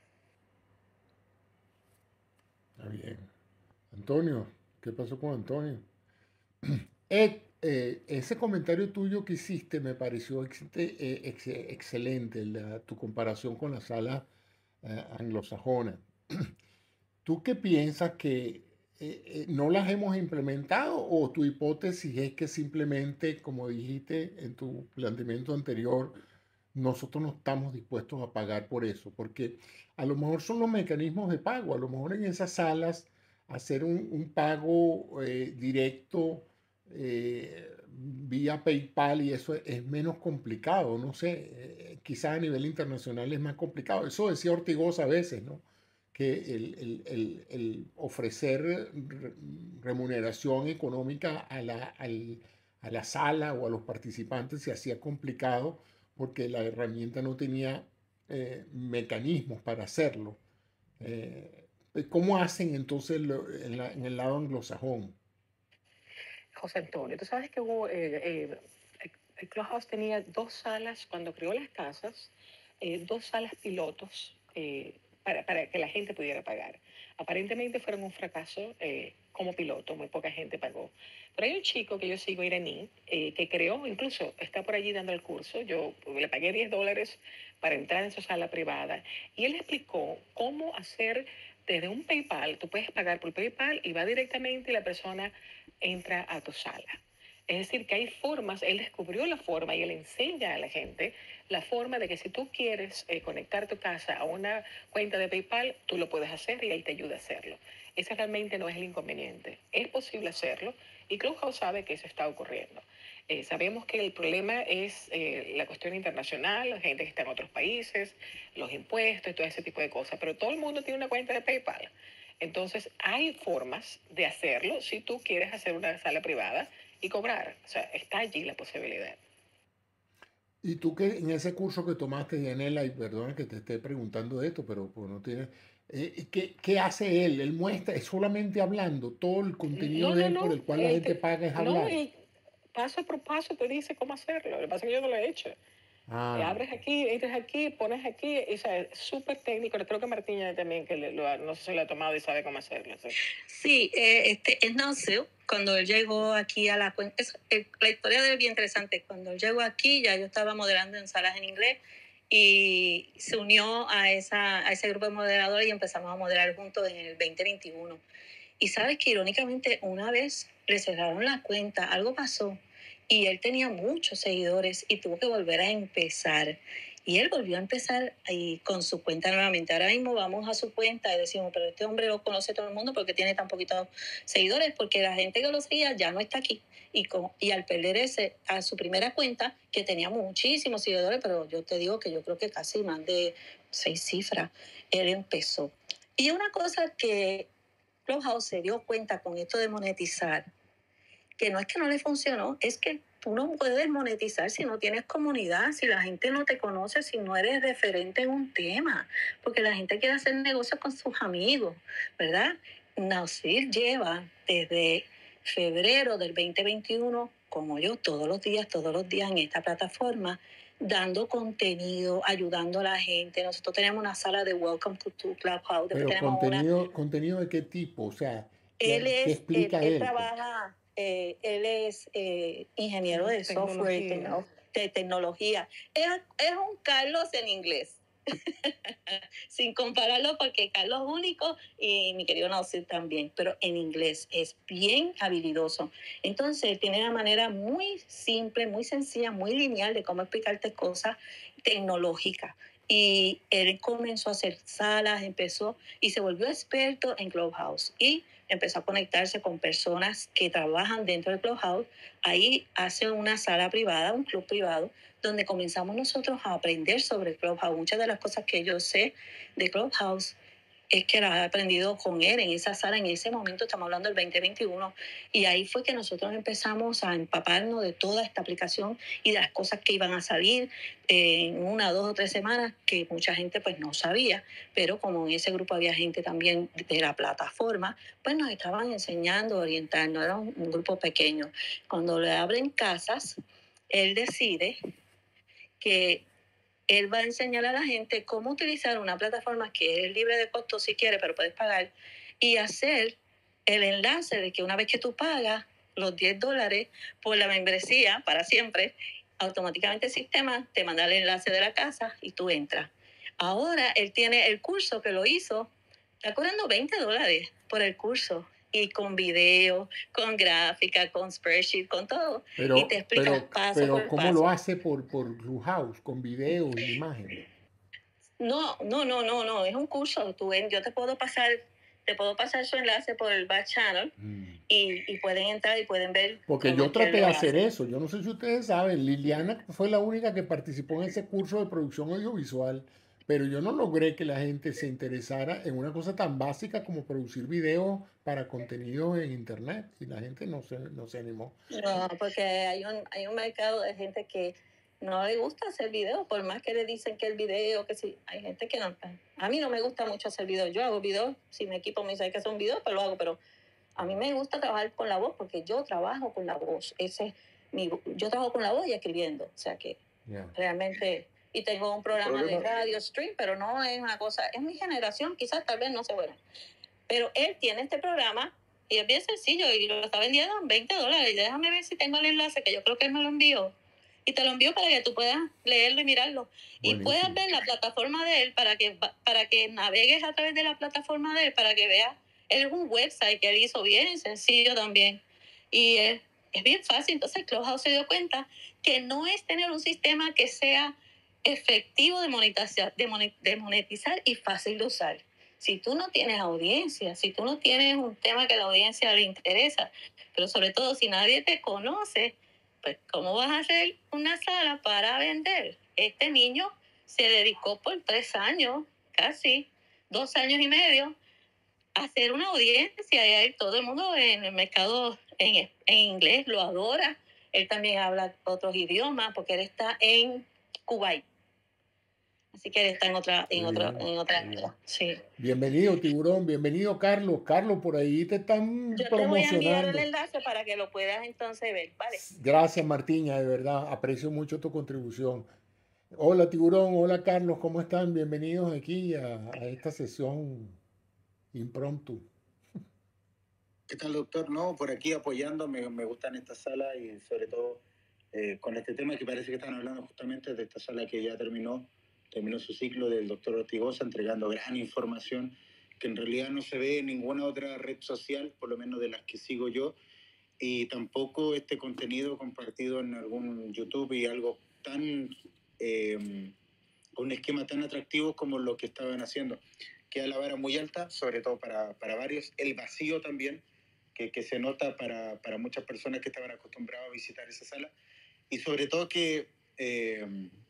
[SPEAKER 1] Está bien. Antonio, ¿qué pasó con Antonio? Ed, eh, ese comentario tuyo que hiciste me pareció ex- eh, ex- excelente, la- tu comparación con la sala eh, anglosajona. ¿Tú qué piensas que eh, eh, no las hemos implementado o tu hipótesis es que simplemente, como dijiste en tu planteamiento anterior, nosotros no estamos dispuestos a pagar por eso? Porque a lo mejor son los mecanismos de pago, a lo mejor en esas salas hacer un, un pago eh, directo eh, vía PayPal y eso es menos complicado, no sé, eh, quizás a nivel internacional es más complicado. Eso decía Ortigosa a veces, ¿no? Que el, el- el- el ofrecer re- remuneración económica a la, al- a la sala o a los participantes se hacía complicado porque la herramienta no tenía eh, mecanismos para hacerlo. Eh, ¿Cómo hacen entonces lo- en, la- en el lado anglosajón?
[SPEAKER 5] José Antonio, tú sabes que hubo, eh, eh, el Clubhouse tenía dos salas, cuando creó las casas, eh, dos salas pilotos eh, para, para que la gente pudiera pagar. Aparentemente fueron un fracaso eh, como piloto, muy poca gente pagó. Pero hay un chico que yo sigo, iraní, eh, que creó, incluso está por allí dando el curso. Yo le pagué diez dólares para entrar en su sala privada y él explicó cómo hacer desde un PayPal. Tú puedes pagar por PayPal y va directamente y la persona entra a tu sala. Es decir, que hay formas, él descubrió la forma y él enseña a la gente la forma de que si tú quieres eh, conectar tu casa a una cuenta de PayPal, tú lo puedes hacer y él te ayuda a hacerlo. Ese realmente no es el inconveniente. Es posible hacerlo y Clubhouse sabe que eso está ocurriendo. Eh, sabemos que el problema es eh, la cuestión internacional, la gente que está en otros países, los impuestos y todo ese tipo de cosas, pero todo el mundo tiene una cuenta de PayPal. Entonces, hay formas de hacerlo si tú quieres hacer una sala privada y cobrar. O sea, está allí la posibilidad.
[SPEAKER 1] Y tú que en ese curso que tomaste, Yanela, y perdona que te esté preguntando de esto, pero pues no tienes, eh, ¿qué, qué hace él? Él muestra, es solamente hablando, todo el contenido
[SPEAKER 5] No,
[SPEAKER 1] de
[SPEAKER 5] no,
[SPEAKER 1] él por
[SPEAKER 5] no.
[SPEAKER 1] el cual la
[SPEAKER 5] Eh,
[SPEAKER 1] gente
[SPEAKER 5] te-
[SPEAKER 1] paga es
[SPEAKER 5] no,
[SPEAKER 1] hablar.
[SPEAKER 5] y paso por paso te dice cómo hacerlo. Lo que pasa es que yo no lo he hecho. Eh,
[SPEAKER 1] Ah,
[SPEAKER 5] abres aquí, entras aquí, pones aquí, o sea, es súper técnico. Creo que Martín ya también, que le- lo ha- no sé si lo ha tomado y sabe cómo hacerlo. Sí.
[SPEAKER 6] Sí, eh, este, es Nassim, cuando él llegó aquí a la cuenta, es- eh, la historia de él es bien interesante. Cuando él llegó aquí, ya yo estaba moderando en salas en inglés y se unió a, esa, a ese grupo de moderadores y empezamos a moderar juntos en el veinte veintiuno. Y sabes que irónicamente una vez le cerraron la cuenta, algo pasó y él tenía muchos seguidores y tuvo que volver a empezar. Y él volvió a empezar ahí con su cuenta nuevamente. Ahora mismo vamos a su cuenta y decimos, pero este hombre lo conoce todo el mundo porque tiene tan poquitos seguidores, porque la gente que lo seguía ya no está aquí. Y, con, y al perder ese, a su primera cuenta, que tenía muchísimos seguidores, pero yo te digo que yo creo que casi más de seis cifras, él empezó. Y una cosa que Clubhouse se dio cuenta con esto de monetizar, que no es que no le funcionó, es que tú no puedes monetizar si no tienes comunidad, si la gente no te conoce, si no eres referente en un tema, porque la gente quiere hacer negocios con sus amigos, ¿verdad? Nasir lleva desde febrero del veinte veintiuno, como yo, todos los días, todos los días en esta plataforma, dando contenido, ayudando a la gente. Nosotros tenemos una sala de Welcome to, to Clubhouse, después
[SPEAKER 1] pero
[SPEAKER 6] tenemos una.
[SPEAKER 1] contenido, contenido de qué tipo, o sea,
[SPEAKER 6] Él
[SPEAKER 1] ¿qué, qué
[SPEAKER 6] es, él,
[SPEAKER 1] explica
[SPEAKER 6] él
[SPEAKER 1] él? Pues?
[SPEAKER 6] trabaja, eh, él es eh, ingeniero de software y
[SPEAKER 5] Tecnología.
[SPEAKER 6] tecno- de tecnología. Es, es un Carlos en inglés. Sin compararlo porque Carlos es único y mi querido Nausir también, pero en inglés es bien habilidoso. Entonces tiene una manera muy simple, muy sencilla, muy lineal de cómo explicarte cosas tecnológicas. Y él comenzó a hacer salas, empezó y se volvió experto en Clubhouse y empezó a conectarse con personas que trabajan dentro de Clubhouse. Ahí hace una sala privada, un club privado, donde comenzamos nosotros a aprender sobre Clubhouse. Muchas de las cosas que yo sé de Clubhouse es que las he aprendido con él en esa sala, en ese momento, estamos hablando del veinte veintiuno, y ahí fue que nosotros empezamos a empaparnos de toda esta aplicación y de las cosas que iban a salir en una, dos o tres semanas, que mucha gente pues no sabía, pero como en ese grupo había gente también de la plataforma, pues nos estaban enseñando, orientando, era un, un grupo pequeño. Cuando le abren casas, él decide que él va a enseñar a la gente cómo utilizar una plataforma que es libre de costo si quieres, pero puedes pagar, y hacer el enlace de que una vez que tú pagas los diez dólares por la membresía para siempre, automáticamente el sistema te manda el enlace de la casa y tú entras. Ahora él tiene el curso que lo hizo, está cobrando veinte dólares por el curso. Y con video, con gráfica, con spreadsheet, con todo.
[SPEAKER 1] Pero,
[SPEAKER 6] Y te explica
[SPEAKER 1] pero,
[SPEAKER 6] paso
[SPEAKER 1] pero
[SPEAKER 6] por
[SPEAKER 1] ¿cómo
[SPEAKER 6] paso.
[SPEAKER 1] lo hace por, por Clubhouse, con videos y imágenes?
[SPEAKER 6] No, no, no, no, no, es un curso. Tú ven, yo te puedo pasar, te puedo pasar su enlace por el back channel
[SPEAKER 1] Mm.
[SPEAKER 6] y, y pueden entrar y pueden ver
[SPEAKER 1] Porque
[SPEAKER 6] cómo
[SPEAKER 1] yo
[SPEAKER 6] es que él
[SPEAKER 1] traté de
[SPEAKER 6] lo
[SPEAKER 1] hacer
[SPEAKER 6] hace.
[SPEAKER 1] eso. Yo no sé si ustedes saben, Liliana fue la única que participó en ese curso de producción audiovisual, pero yo no logré que la gente se interesara en una cosa tan básica como producir videos para contenido en internet y la gente no se, no se animó.
[SPEAKER 6] No, porque hay un, hay un mercado de gente que no le gusta hacer videos, por más que le dicen que el video, que sí, hay gente que no. A mí no me gusta mucho hacer videos. Yo hago videos, si mi equipo me dice que hacer un video, pues lo hago, pero a mí me gusta trabajar con la voz porque yo trabajo con la voz. Ese es mi, yo trabajo con la voz y escribiendo, o sea que
[SPEAKER 1] Yeah.
[SPEAKER 6] realmente, y tengo un programa de
[SPEAKER 3] problema-
[SPEAKER 6] radio stream, pero no es una cosa, es mi generación, quizás tal vez no se bueno. Pero él tiene este programa Y es bien sencillo y lo está vendiendo en veinte dólares. Déjame ver si tengo el enlace, que yo creo que él me lo envió. Y te lo envío para que tú puedas leerlo y mirarlo. Y
[SPEAKER 1] Buenísimo.
[SPEAKER 6] puedas ver la plataforma de él para que, para que navegues a través de la plataforma de él, para que veas. Él es un website que él hizo bien sencillo también. Y es, es bien fácil. Entonces Clubhouse se dio cuenta que no es tener un sistema que sea efectivo de monetizar, de monetizar y fácil de usar. Si tú no tienes audiencia, si tú no tienes un tema que a la audiencia le interesa, pero sobre todo si nadie te conoce, pues ¿cómo vas a hacer una sala para vender? Este niño se dedicó por tres años, casi dos años y medio, a hacer una audiencia y ahí todo el mundo en el mercado en, en inglés lo adora. Él también habla otros idiomas porque él está en Kuwait. Así que él está en otra, en otra, en otra área. Sí.
[SPEAKER 1] Bienvenido, Tiburón. Bienvenido, Carlos. Carlos, por ahí te están
[SPEAKER 6] Yo
[SPEAKER 1] promocionando.
[SPEAKER 6] te voy a enviar el enlace para que lo puedas entonces ver, ¿vale?
[SPEAKER 1] Gracias, Martiña, de verdad. Aprecio mucho tu contribución. Hola, Tiburón. Hola, Carlos. ¿Cómo están? Bienvenidos aquí a, a esta sesión impromptu.
[SPEAKER 7] ¿Qué tal, doctor? No, por aquí apoyando, me, me gustan estas salas y sobre todo eh, con este tema que parece que están hablando justamente de esta sala que ya terminó, terminó su ciclo del doctor Ortigosa, entregando gran información que en realidad no se ve en ninguna otra red social, por lo menos de las que sigo yo, y tampoco este contenido compartido en algún YouTube y algo tan, eh, un esquema tan atractivo como lo que estaban haciendo. Queda la vara muy alta, sobre todo para, para varios, el vacío también, que, que se nota para, para muchas personas que estaban acostumbradas a visitar esa sala, y sobre todo que eh,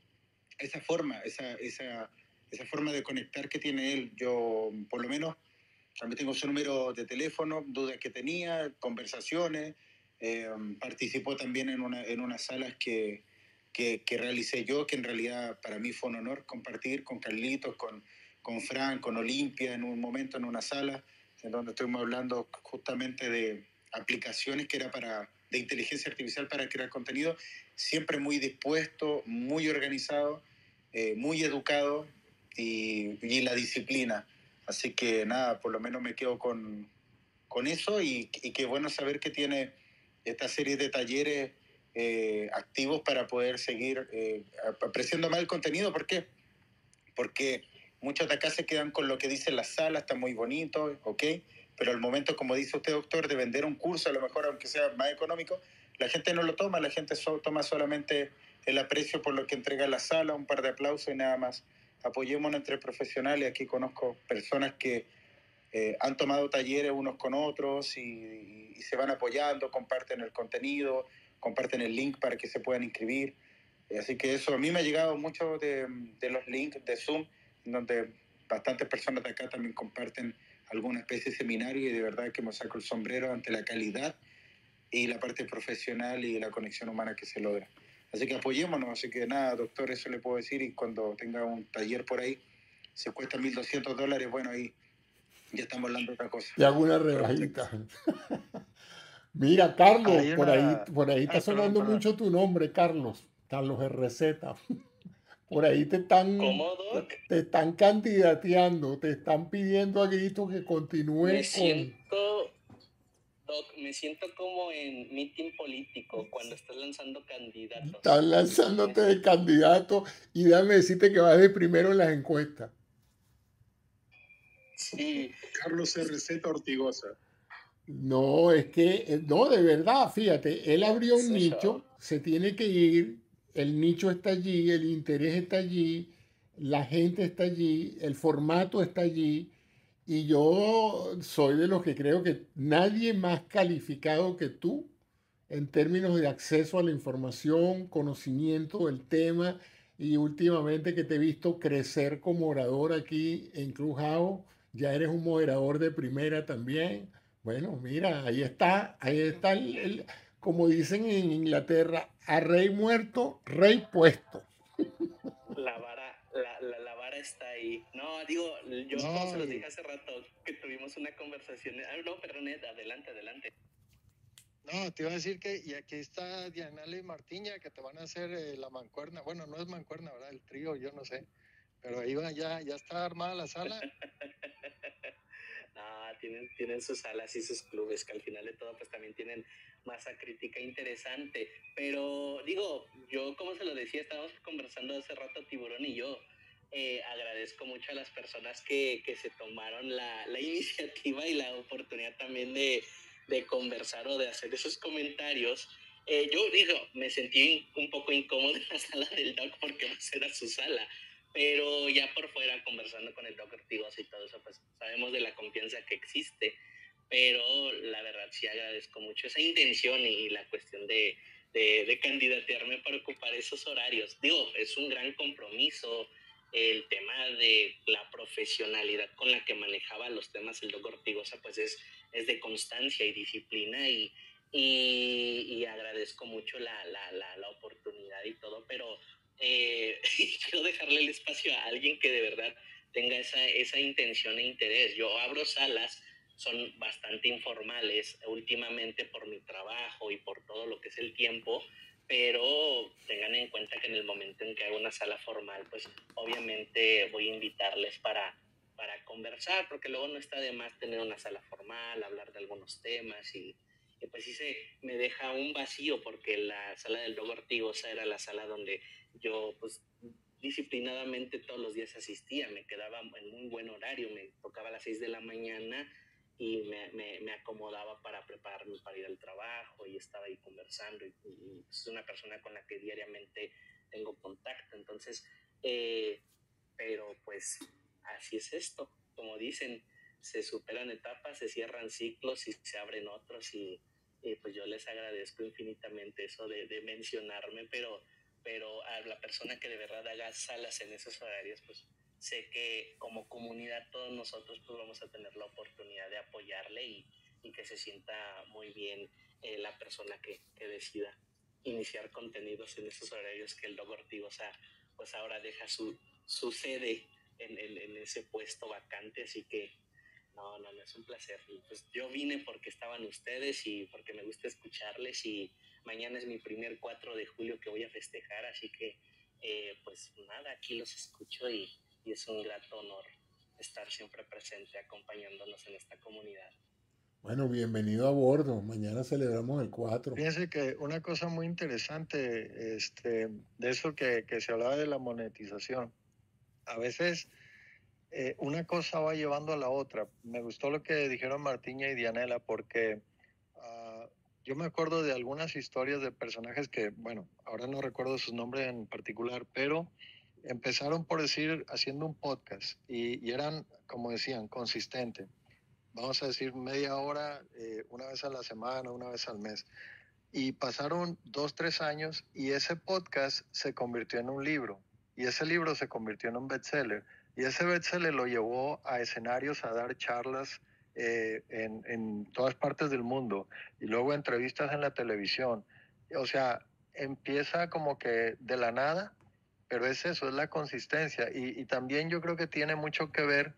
[SPEAKER 7] esa forma, esa, esa, esa forma de conectar que tiene él, yo por lo menos también tengo su número de teléfono, dudas que tenía, conversaciones, eh, participó también en, una, en unas salas que, que, que realicé yo, que en realidad para mí fue un honor compartir con Carlitos, con, con Fran, con Olimpia en un momento en una sala, en donde estuvimos hablando justamente de aplicaciones que era para, de inteligencia artificial para crear contenido, siempre muy dispuesto, muy organizado, eh, muy educado y, y la disciplina. Así que nada, por lo menos me quedo con, con eso y, y qué bueno saber que tiene esta serie de talleres eh, activos para poder seguir eh, apreciando más el contenido. ¿Por qué? Porque muchos de acá se quedan con lo que dice la sala, está muy bonito, ok, pero al momento, como dice usted, doctor, de vender un curso, a lo mejor aunque sea más económico, la gente no lo toma, la gente so, toma solamente el aprecio por lo que entrega la sala, un par de aplausos y nada más. Apoyémonos entre profesionales. Aquí conozco personas que eh, han tomado talleres unos con otros y, y, y se van apoyando, comparten el contenido, comparten el link para que se puedan inscribir. Así que eso a mí me ha llegado mucho de, de los links de Zoom, donde bastantes personas de acá también comparten alguna especie de seminario y de verdad que me saco el sombrero ante la calidad y la parte profesional y la conexión humana que se logra. Así que apoyémonos. Así que nada, doctor, eso le puedo decir. Y cuando tenga un taller por ahí, se cuesta mil doscientos dólares, bueno, ahí ya estamos hablando de otra cosa.
[SPEAKER 1] Te hago una rebajita. Mira, Carlos,
[SPEAKER 2] Hay
[SPEAKER 1] por
[SPEAKER 2] una-
[SPEAKER 1] ahí, por ahí está
[SPEAKER 2] Ay, perdón,
[SPEAKER 1] sonando
[SPEAKER 2] perdón.
[SPEAKER 1] mucho tu nombre, Carlos. Carlos R Z. Por ahí te están,
[SPEAKER 8] ¿Cómo, Doc?
[SPEAKER 1] te están candidateando, te están pidiendo a grito que
[SPEAKER 8] Me
[SPEAKER 1] continúes con...
[SPEAKER 8] siento, Doc, me siento como en meeting político cuando estás lanzando candidatos.
[SPEAKER 1] Están lanzándote de candidato y déjame decirte que vas de primero en las encuestas.
[SPEAKER 8] Sí,
[SPEAKER 3] Carlos R Z Ortigosa.
[SPEAKER 1] No, es que, eh, no, de verdad, fíjate, él abrió un
[SPEAKER 8] Ese
[SPEAKER 1] nicho,
[SPEAKER 8] show.
[SPEAKER 1] se tiene que ir, el nicho está allí, el interés está allí, la gente está allí, el formato está allí, y yo soy de los que creo que nadie más calificado que tú en términos de acceso a la información, conocimiento del tema, y últimamente que te he visto crecer como orador aquí en Clubhouse, ya eres un moderador de primera también. Bueno, mira, ahí está, ahí está el, el- como dicen en Inglaterra, a rey muerto, rey puesto.
[SPEAKER 8] La vara, la, la, la vara está ahí. No, digo, yo
[SPEAKER 2] No,
[SPEAKER 8] como se los
[SPEAKER 2] y-
[SPEAKER 8] dije hace rato, que tuvimos una conversación. Ah, no, perdón, Ed, adelante, adelante.
[SPEAKER 2] No, te iba a decir que, y aquí está Dianela y Martiña, que te van a hacer eh, la mancuerna. Bueno, no es mancuerna, ¿verdad? El trío, yo no sé. Pero ahí va, ya, ya está armada la sala.
[SPEAKER 8] No, tienen, tienen sus salas y sus clubes, que al final de todo pues también tienen masa crítica interesante. Pero digo, yo como se lo decía, estábamos conversando hace rato Tiburón y yo, eh, agradezco mucho a las personas que, que se tomaron la, la iniciativa y la oportunidad también de, de conversar o de hacer esos comentarios. Eh, yo digo, me sentí un poco incómodo en la sala del doc porque pues era su sala, pero ya por fuera conversando con el doc Ortigosa y todo eso, pues sabemos de la confianza que existe, pero la verdad sí agradezco mucho esa intención y la cuestión de, de, de candidatearme para ocupar esos horarios. Digo, es un gran compromiso el tema de la profesionalidad con la que manejaba los temas el doc Ortigosa, pues es, es de constancia y disciplina y, y, y agradezco mucho la, la, la, la oportunidad y todo, pero eh, quiero dejarle el espacio a alguien que de verdad tenga esa, esa intención e interés. Yo abro salas, son bastante informales últimamente por mi trabajo y por todo lo que es el tiempo, pero tengan en cuenta que en el momento en que hago una sala formal, pues obviamente voy a invitarles para, para conversar, porque luego no está de más tener una sala formal, hablar de algunos temas y, y pues sí se me deja un vacío, porque la sala del doc Ortigosa era la sala donde yo pues disciplinadamente todos los días asistía, me quedaba en muy buen horario, me tocaba a las seis de la mañana y me, me, me acomodaba para prepararme para ir al trabajo y estaba ahí conversando y, y es una persona con la que diariamente tengo contacto. Entonces, eh, pero pues así es esto, como dicen, se superan etapas, se cierran ciclos y se abren otros y, y pues yo les agradezco infinitamente eso de, de mencionarme, pero, pero a la persona que de verdad haga salas en esos horarios, pues sé que como comunidad todos nosotros pues vamos a tener la oportunidad de apoyarle y, y que se sienta muy bien eh, la persona que, que decida iniciar contenidos en esos horarios que el doc Ortigosa pues ahora deja su, su sede en, en, en ese puesto vacante, así que no, no, no, es un placer. Y pues yo vine porque estaban ustedes y porque me gusta escucharles y mañana es mi primer cuatro de julio que voy a festejar, así que eh, pues nada, aquí los escucho y y es un grato honor estar siempre presente acompañándonos en esta comunidad.
[SPEAKER 1] Bueno, bienvenido a bordo. Mañana celebramos el cuatro.
[SPEAKER 2] Fíjense que una cosa muy interesante este, de eso que, que se hablaba de la monetización, a veces eh, una cosa va llevando a la otra. Me gustó lo que dijeron Martiña y Dianela porque uh, yo me acuerdo de algunas historias de personajes que, bueno, ahora no recuerdo sus nombres en particular, pero empezaron por decir haciendo un podcast y, y eran, como decían, consistentes. Vamos a decir media hora, eh, una vez a la semana, una vez al mes. Y pasaron dos, tres años y ese podcast se convirtió en un libro. Y ese libro se convirtió en un bestseller. Y ese bestseller lo llevó a escenarios a dar charlas eh, en, en todas partes del mundo. Y luego entrevistas en la televisión. O sea, empieza como que de la nada, pero es eso, es la consistencia. Y, y también yo creo que tiene mucho que ver,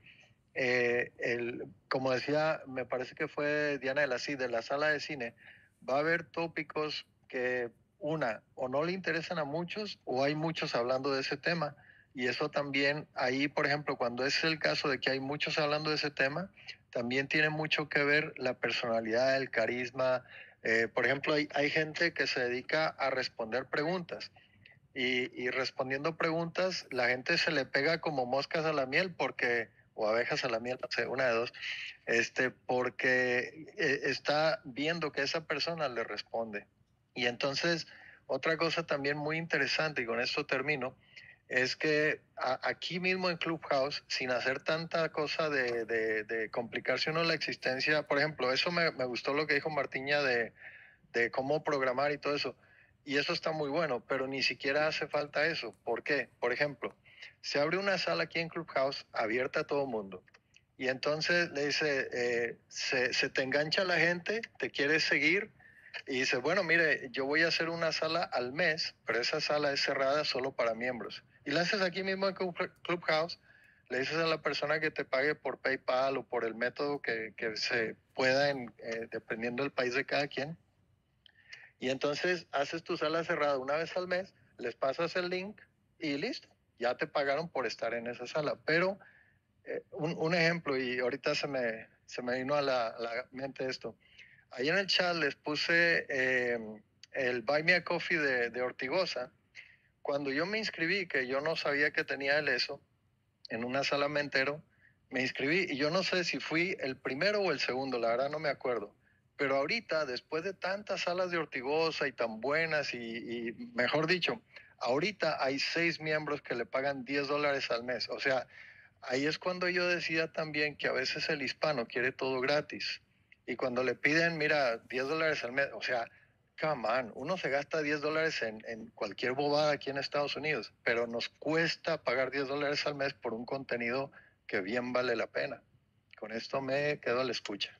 [SPEAKER 2] eh, el, como decía, me parece que fue Diana de la C I, de la sala de cine, va a haber tópicos que, una, o no le interesan a muchos, o hay muchos hablando de ese tema. Y eso también, ahí, por ejemplo, cuando es el caso de que hay muchos hablando de ese tema, también tiene mucho que ver la personalidad, el carisma. Eh, por ejemplo, hay, hay gente que se dedica a responder preguntas. Y, y respondiendo preguntas, la gente se le pega como moscas a la miel porque, o abejas a la miel, no sé, una de dos, este, porque eh, está viendo que esa persona le responde. Y entonces, otra cosa también muy interesante, y con esto termino, es que a, aquí mismo en Clubhouse, sin hacer tanta cosa de, de, de complicarse uno la existencia, por ejemplo, eso me, me gustó lo que dijo Martiña de, de cómo programar y todo eso. Y eso está muy bueno, pero ni siquiera hace falta eso. ¿Por qué? Por ejemplo, se abre una sala aquí en Clubhouse abierta a todo el mundo. Y entonces le dice, eh, se, se te engancha la gente, te quiere seguir. Y dice, bueno, mire, yo voy a hacer una sala al mes, pero esa sala es cerrada solo para miembros. Y la haces aquí mismo en Clubhouse. Le dices a la persona que te pague por PayPal o por el método que, que se pueda, en, eh, dependiendo del país de cada quien. Y entonces haces tu sala cerrada una vez al mes, les pasas el link y listo. Ya te pagaron por estar en esa sala. Pero eh, un, un ejemplo, y ahorita se me, se me vino a la, a la mente esto. Ahí en el chat les puse eh, el Buy Me a Coffee de, de Ortigosa. Cuando yo me inscribí, que yo no sabía que tenía el eso, en una sala me entero, me inscribí y yo no sé si fui el primero o el segundo, la verdad no me acuerdo. Pero ahorita, después de tantas salas de Ortigosa y tan buenas y, y mejor dicho, ahorita hay seis miembros que le pagan diez dólares al mes. O sea, ahí es cuando yo decía también que a veces el hispano quiere todo gratis. Y cuando le piden, mira, diez dólares al mes, o sea, come on, uno se gasta diez dólares en, en cualquier bobada aquí en Estados Unidos, pero nos cuesta pagar diez dólares al mes por un contenido que bien vale la pena. Con esto me quedo a la escucha.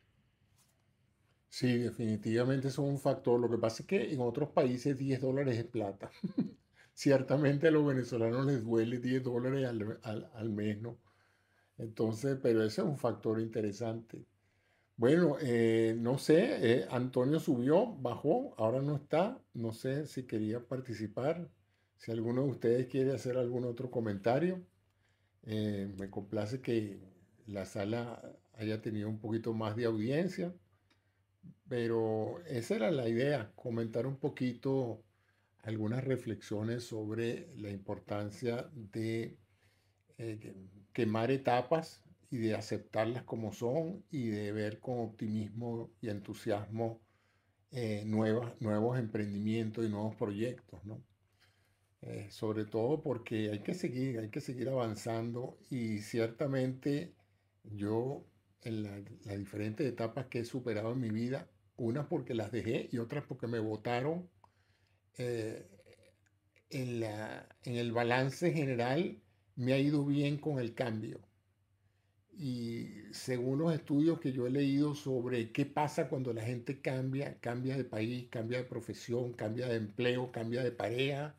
[SPEAKER 1] Sí, definitivamente eso es un factor. Lo que pasa es que en otros países diez dólares es plata. Ciertamente a los venezolanos les duele diez dólares al, al- al mes, ¿no? Entonces, pero ese es un factor interesante. Bueno, eh, no sé, eh, Antonio subió, bajó, ahora no está. No sé si quería participar. Si alguno de ustedes quiere hacer algún otro comentario, eh, me complace que la sala haya tenido un poquito más de audiencia. Pero esa era la idea, comentar un poquito algunas reflexiones sobre la importancia de eh, quemar etapas y de aceptarlas como son y de ver con optimismo y entusiasmo eh, nuevas, nuevos emprendimientos y nuevos proyectos, ¿no? Eh, sobre todo porque hay que seguir, hay que seguir avanzando y ciertamente yo en la- las diferentes etapas que he superado en mi vida, unas porque las dejé y otras porque me botaron, eh, en la, en el balance general me ha ido bien con el cambio. Y según los estudios que yo he leído sobre qué pasa cuando la gente cambia, cambia de país, cambia de profesión, cambia de empleo, cambia de pareja,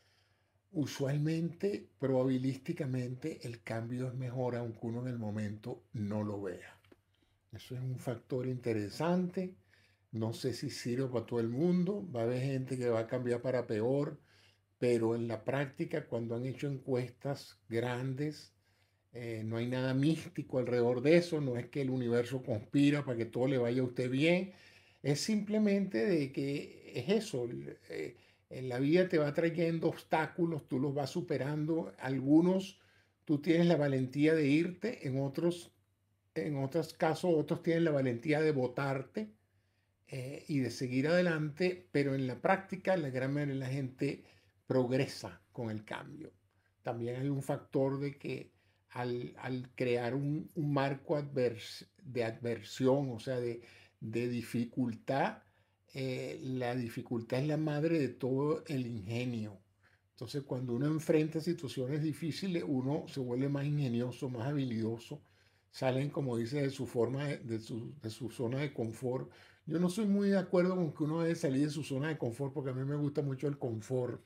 [SPEAKER 1] usualmente, probabilísticamente, el cambio es mejor aunque uno en el momento no lo vea. Eso es un factor interesante. No sé si sirve para todo el mundo. Va a haber gente que va a cambiar para peor, pero en la práctica, cuando han hecho encuestas grandes, eh, no hay nada místico alrededor de eso. No es que el universo conspira para que todo le vaya a usted bien. Es simplemente de que es eso. eh, en la vida te va trayendo obstáculos, tú los vas superando. Algunos tú tienes la valentía de irte, en otros, en otros casos, otros tienen la valentía de votarte eh, y de seguir adelante, pero en la práctica la gran mayoría de la gente progresa con el cambio. También hay un factor de que al, al crear un, un marco advers, de adversión, o sea, de, de dificultad, eh, la dificultad es la madre de todo el ingenio. Entonces, cuando uno enfrenta situaciones difíciles, uno se vuelve más ingenioso, más habilidoso, salen, como dice, de su forma, de, de su, de su zona de confort. Yo no soy muy de acuerdo con que uno debe salir de su zona de confort, porque a mí me gusta mucho el confort.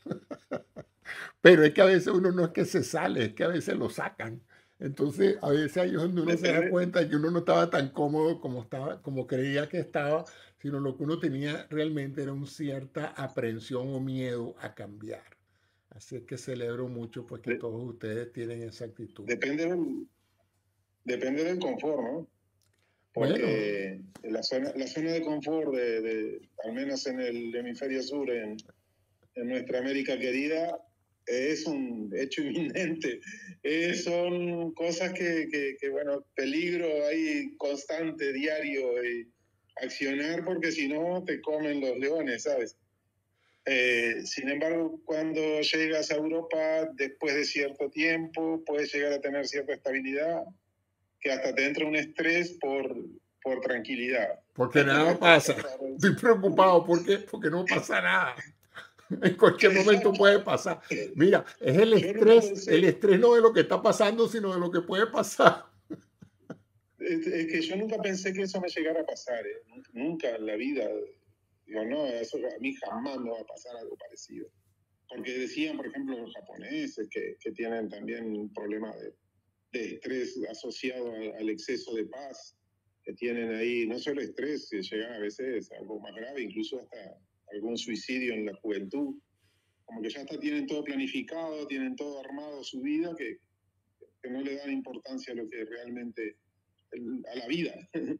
[SPEAKER 1] Pero es que a veces uno no es que se sale, es que a veces lo sacan. Entonces, a veces ahí es donde uno se da
[SPEAKER 3] Depende,
[SPEAKER 1] cuenta de que uno no estaba tan cómodo como estaba, como creía que estaba, sino lo que uno tenía realmente era una cierta aprensión o miedo a cambiar. Así es que celebro mucho pues que
[SPEAKER 3] de-
[SPEAKER 1] todos ustedes tienen esa actitud.
[SPEAKER 3] depende del, depende del confort, ¿no?
[SPEAKER 1] Bueno,
[SPEAKER 3] Porque la zona, la zona de confort, de, de- al menos en el hemisferio sur, en, en nuestra América querida, es un hecho inminente. Eh, son cosas que, que, que, bueno, peligro ahí constante, diario, y accionar porque si no te comen los leones, ¿sabes? Eh, sin embargo, cuando llegas a Europa, después de cierto tiempo, puedes llegar a tener cierta estabilidad, que hasta te entra un estrés por, por tranquilidad.
[SPEAKER 1] porque nada pasa. Estoy preocupado, ¿por qué? Porque no pasa nada. En cualquier momento puede pasar. Mira, es el estrés, el estrés no de lo que está pasando, sino de lo que puede pasar.
[SPEAKER 3] Es, es que yo nunca pensé que eso me llegara a pasar, ¿eh? Nunca en la vida. Digo, no, eso a mí jamás me va a pasar algo parecido. Porque decían, por ejemplo, los japoneses que, que tienen también un problema de, de estrés asociado al, al exceso de paz, que tienen ahí no solo estrés, que llegan a veces a algo más grave, incluso hasta algún suicidio en la juventud. Como que ya hasta tienen todo planificado, tienen todo armado su vida, que, que no le dan importancia a lo que realmente el, a la vida.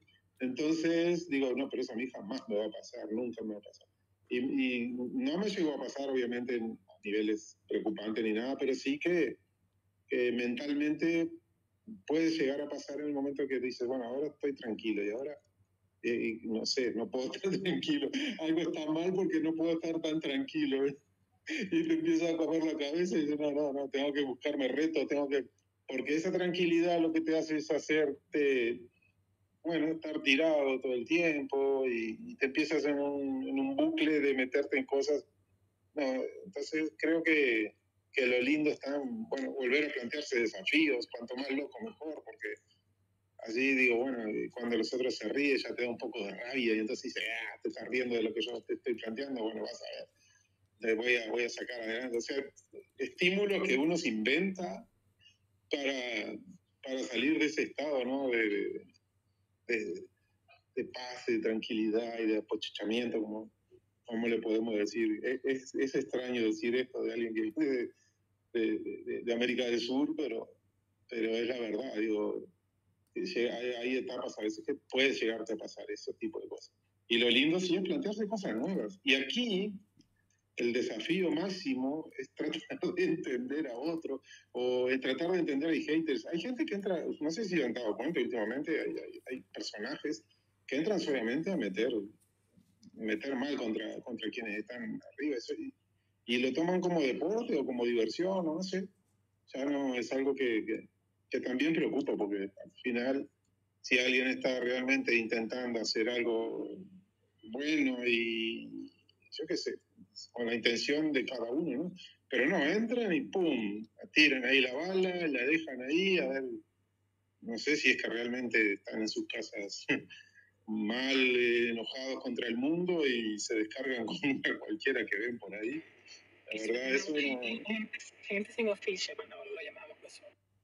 [SPEAKER 3] Entonces digo, no, pero eso a mí jamás me va a pasar, nunca me va a pasar. Y, y no me llegó a pasar, obviamente, en niveles preocupantes ni nada, pero sí que, que mentalmente puede llegar a pasar en el momento que dices, bueno, ahora estoy tranquilo y ahora, eh, no sé, no puedo estar tranquilo. Algo está mal porque no puedo estar tan tranquilo. ¿eh? Y te empieza a comer la cabeza y dices, no, no, no, tengo que buscarme retos, tengo que... Porque esa tranquilidad lo que te hace es hacerte, bueno, estar tirado todo el tiempo y, y te empiezas en un, en un bucle de meterte en cosas. No, entonces creo que, que lo lindo está en, bueno, volver a plantearse desafíos, cuanto más loco mejor, porque allí digo, bueno, cuando los otros se ríen ya te da un poco de rabia y entonces dices, ah, te estás riendo de lo que yo te estoy planteando, bueno, vas a ver, voy a, voy a sacar adelante. O sea, estímulos que uno se inventa para, para salir de ese estado, ¿no? De, de, de, de paz, de tranquilidad y de apochichamiento, como, como le podemos decir. Es, es extraño decir esto de alguien que viene de, de, de, de América del Sur, pero, pero es la verdad, digo, hay, hay etapas a veces que puede llegarte a pasar ese tipo de cosas. Y lo lindo sí es plantearse cosas nuevas. Y aquí el desafío máximo es tratar de entender a otro, o es tratar de entender a haters. Hay gente que entra, no sé si se han dado cuenta últimamente, hay, hay, hay personajes que entran solamente a meter, meter mal contra, contra quienes están arriba. Eso, y, y lo toman como deporte o como diversión, o no sé. Ya no es algo que, que, que también preocupa, porque al final, si alguien está realmente intentando hacer algo bueno y yo qué sé, con la intención de cada uno, ¿no? Pero no, entran y ¡pum! Tiran ahí la bala, la dejan ahí, a ver, no sé si es que realmente están en sus casas mal, eh, enojados contra el mundo y se descargan contra cualquiera que ven por ahí. La verdad, eso no...
[SPEAKER 5] Gente sin oficio, Manolo, lo llamamos eso.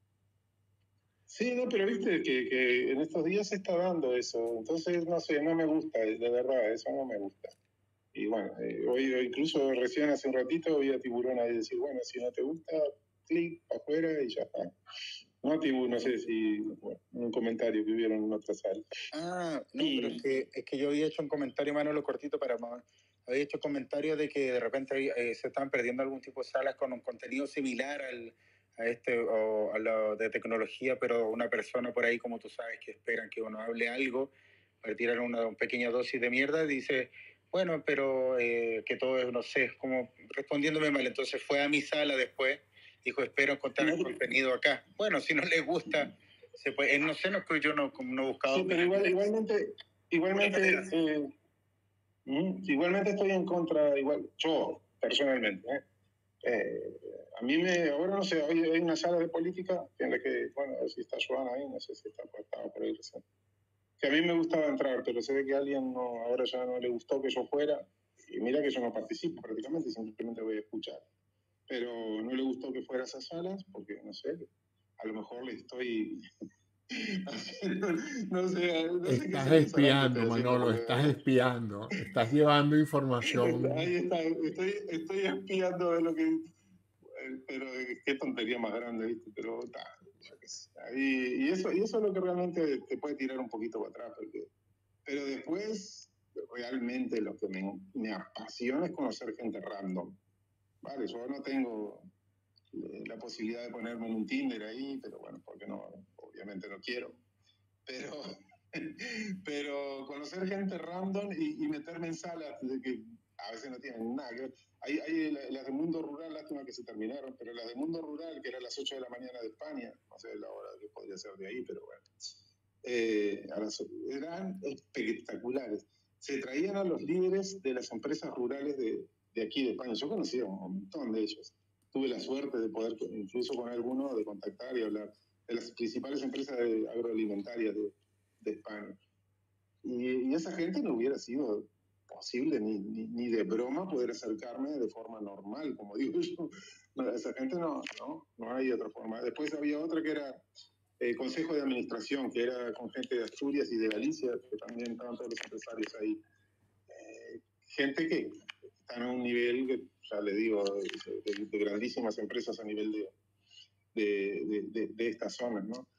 [SPEAKER 3] Sí, no, pero viste que, que en estos días se está dando eso, entonces no sé, no me gusta, de verdad, eso no me gusta. Y bueno, eh, hoy incluso recién hace un ratito vi a Tiburón ahí decir, bueno, si no te gusta, clic afuera y ya está. No, Tiburón, no sé si, bueno, un comentario que hubieron en otra sala.
[SPEAKER 7] Ah, no,
[SPEAKER 3] Y-
[SPEAKER 7] pero es que, es que yo había hecho un comentario, Manolo, cortito para... Había hecho comentarios de que de repente eh, se estaban perdiendo algún tipo de salas con un contenido similar al, a este o a lo de tecnología, pero una persona por ahí, como tú sabes, que esperan que uno hable algo para tirar una, una pequeña dosis de mierda, dice, bueno, pero eh, que todo es, no sé, como respondiéndome mal. Entonces fue a mi sala después, dijo, espero encontrar el contenido acá. Bueno, si no le gusta, se puede, eh, no sé, no, yo no, no he buscado...
[SPEAKER 3] Sí, pero igual, igualmente, igualmente, eh, mm, igualmente estoy en contra, igual, yo personalmente, ¿eh? Eh, a mí me, ahora no sé, hoy hay una sala de política en la que, bueno, a ver si está Joana ahí, no sé si está, estaba por ahí recién. Que a mí me gustaba entrar, pero se ve que a alguien no, ahora ya no le gustó que yo fuera, y mira que yo no participo prácticamente, simplemente voy a escuchar. Pero no le gustó que fuera a esas salas, porque, no sé, a lo mejor le estoy haciendo, no sé, no sé qué
[SPEAKER 1] Estás
[SPEAKER 3] se pensarán que
[SPEAKER 1] espiando,
[SPEAKER 3] estoy haciendo,
[SPEAKER 1] Manolo,
[SPEAKER 3] porque
[SPEAKER 1] estás espiando, estás llevando información.
[SPEAKER 3] ahí está, estoy, estoy espiando de lo que... eh, Pero eh, qué tontería más grande, ¿viste? Pero ta, yo qué sé. Ahí- y, eso, y eso es lo que realmente te puede tirar un poquito para atrás. Porque, pero después, realmente lo que me, me apasiona es conocer gente random. Vale, yo no tengo eh, la posibilidad de ponerme en un Tinder ahí, pero bueno, porque no, obviamente no quiero. Pero, pero conocer gente random y, y meterme en salas de que a veces no tienen nada que ver. Hay, hay la- las de Mundo Rural, lástima que se terminaron, pero las de Mundo Rural, que eran las ocho de la mañana de España, no sé la hora que podría ser de ahí, pero bueno, eh, a las- eran espectaculares. Se traían a los líderes de las empresas rurales de, de aquí de España. Yo conocía un montón de ellos. Tuve la suerte de poder, incluso con alguno, de contactar y hablar de las principales empresas de- agroalimentarias de, de España. Y, y esa gente no hubiera sido posible ni, ni, ni de broma poder acercarme de forma normal, como digo yo. No, esa gente no, no, no hay otra forma. Después había otra que era eh, Consejo de Administración, que era con gente de Asturias y de Galicia, que también estaban todos los empresarios ahí. Eh, gente que están a un nivel, que, ya le digo, de, de, de grandísimas empresas a nivel de, de, de, de, de estas zonas, ¿no?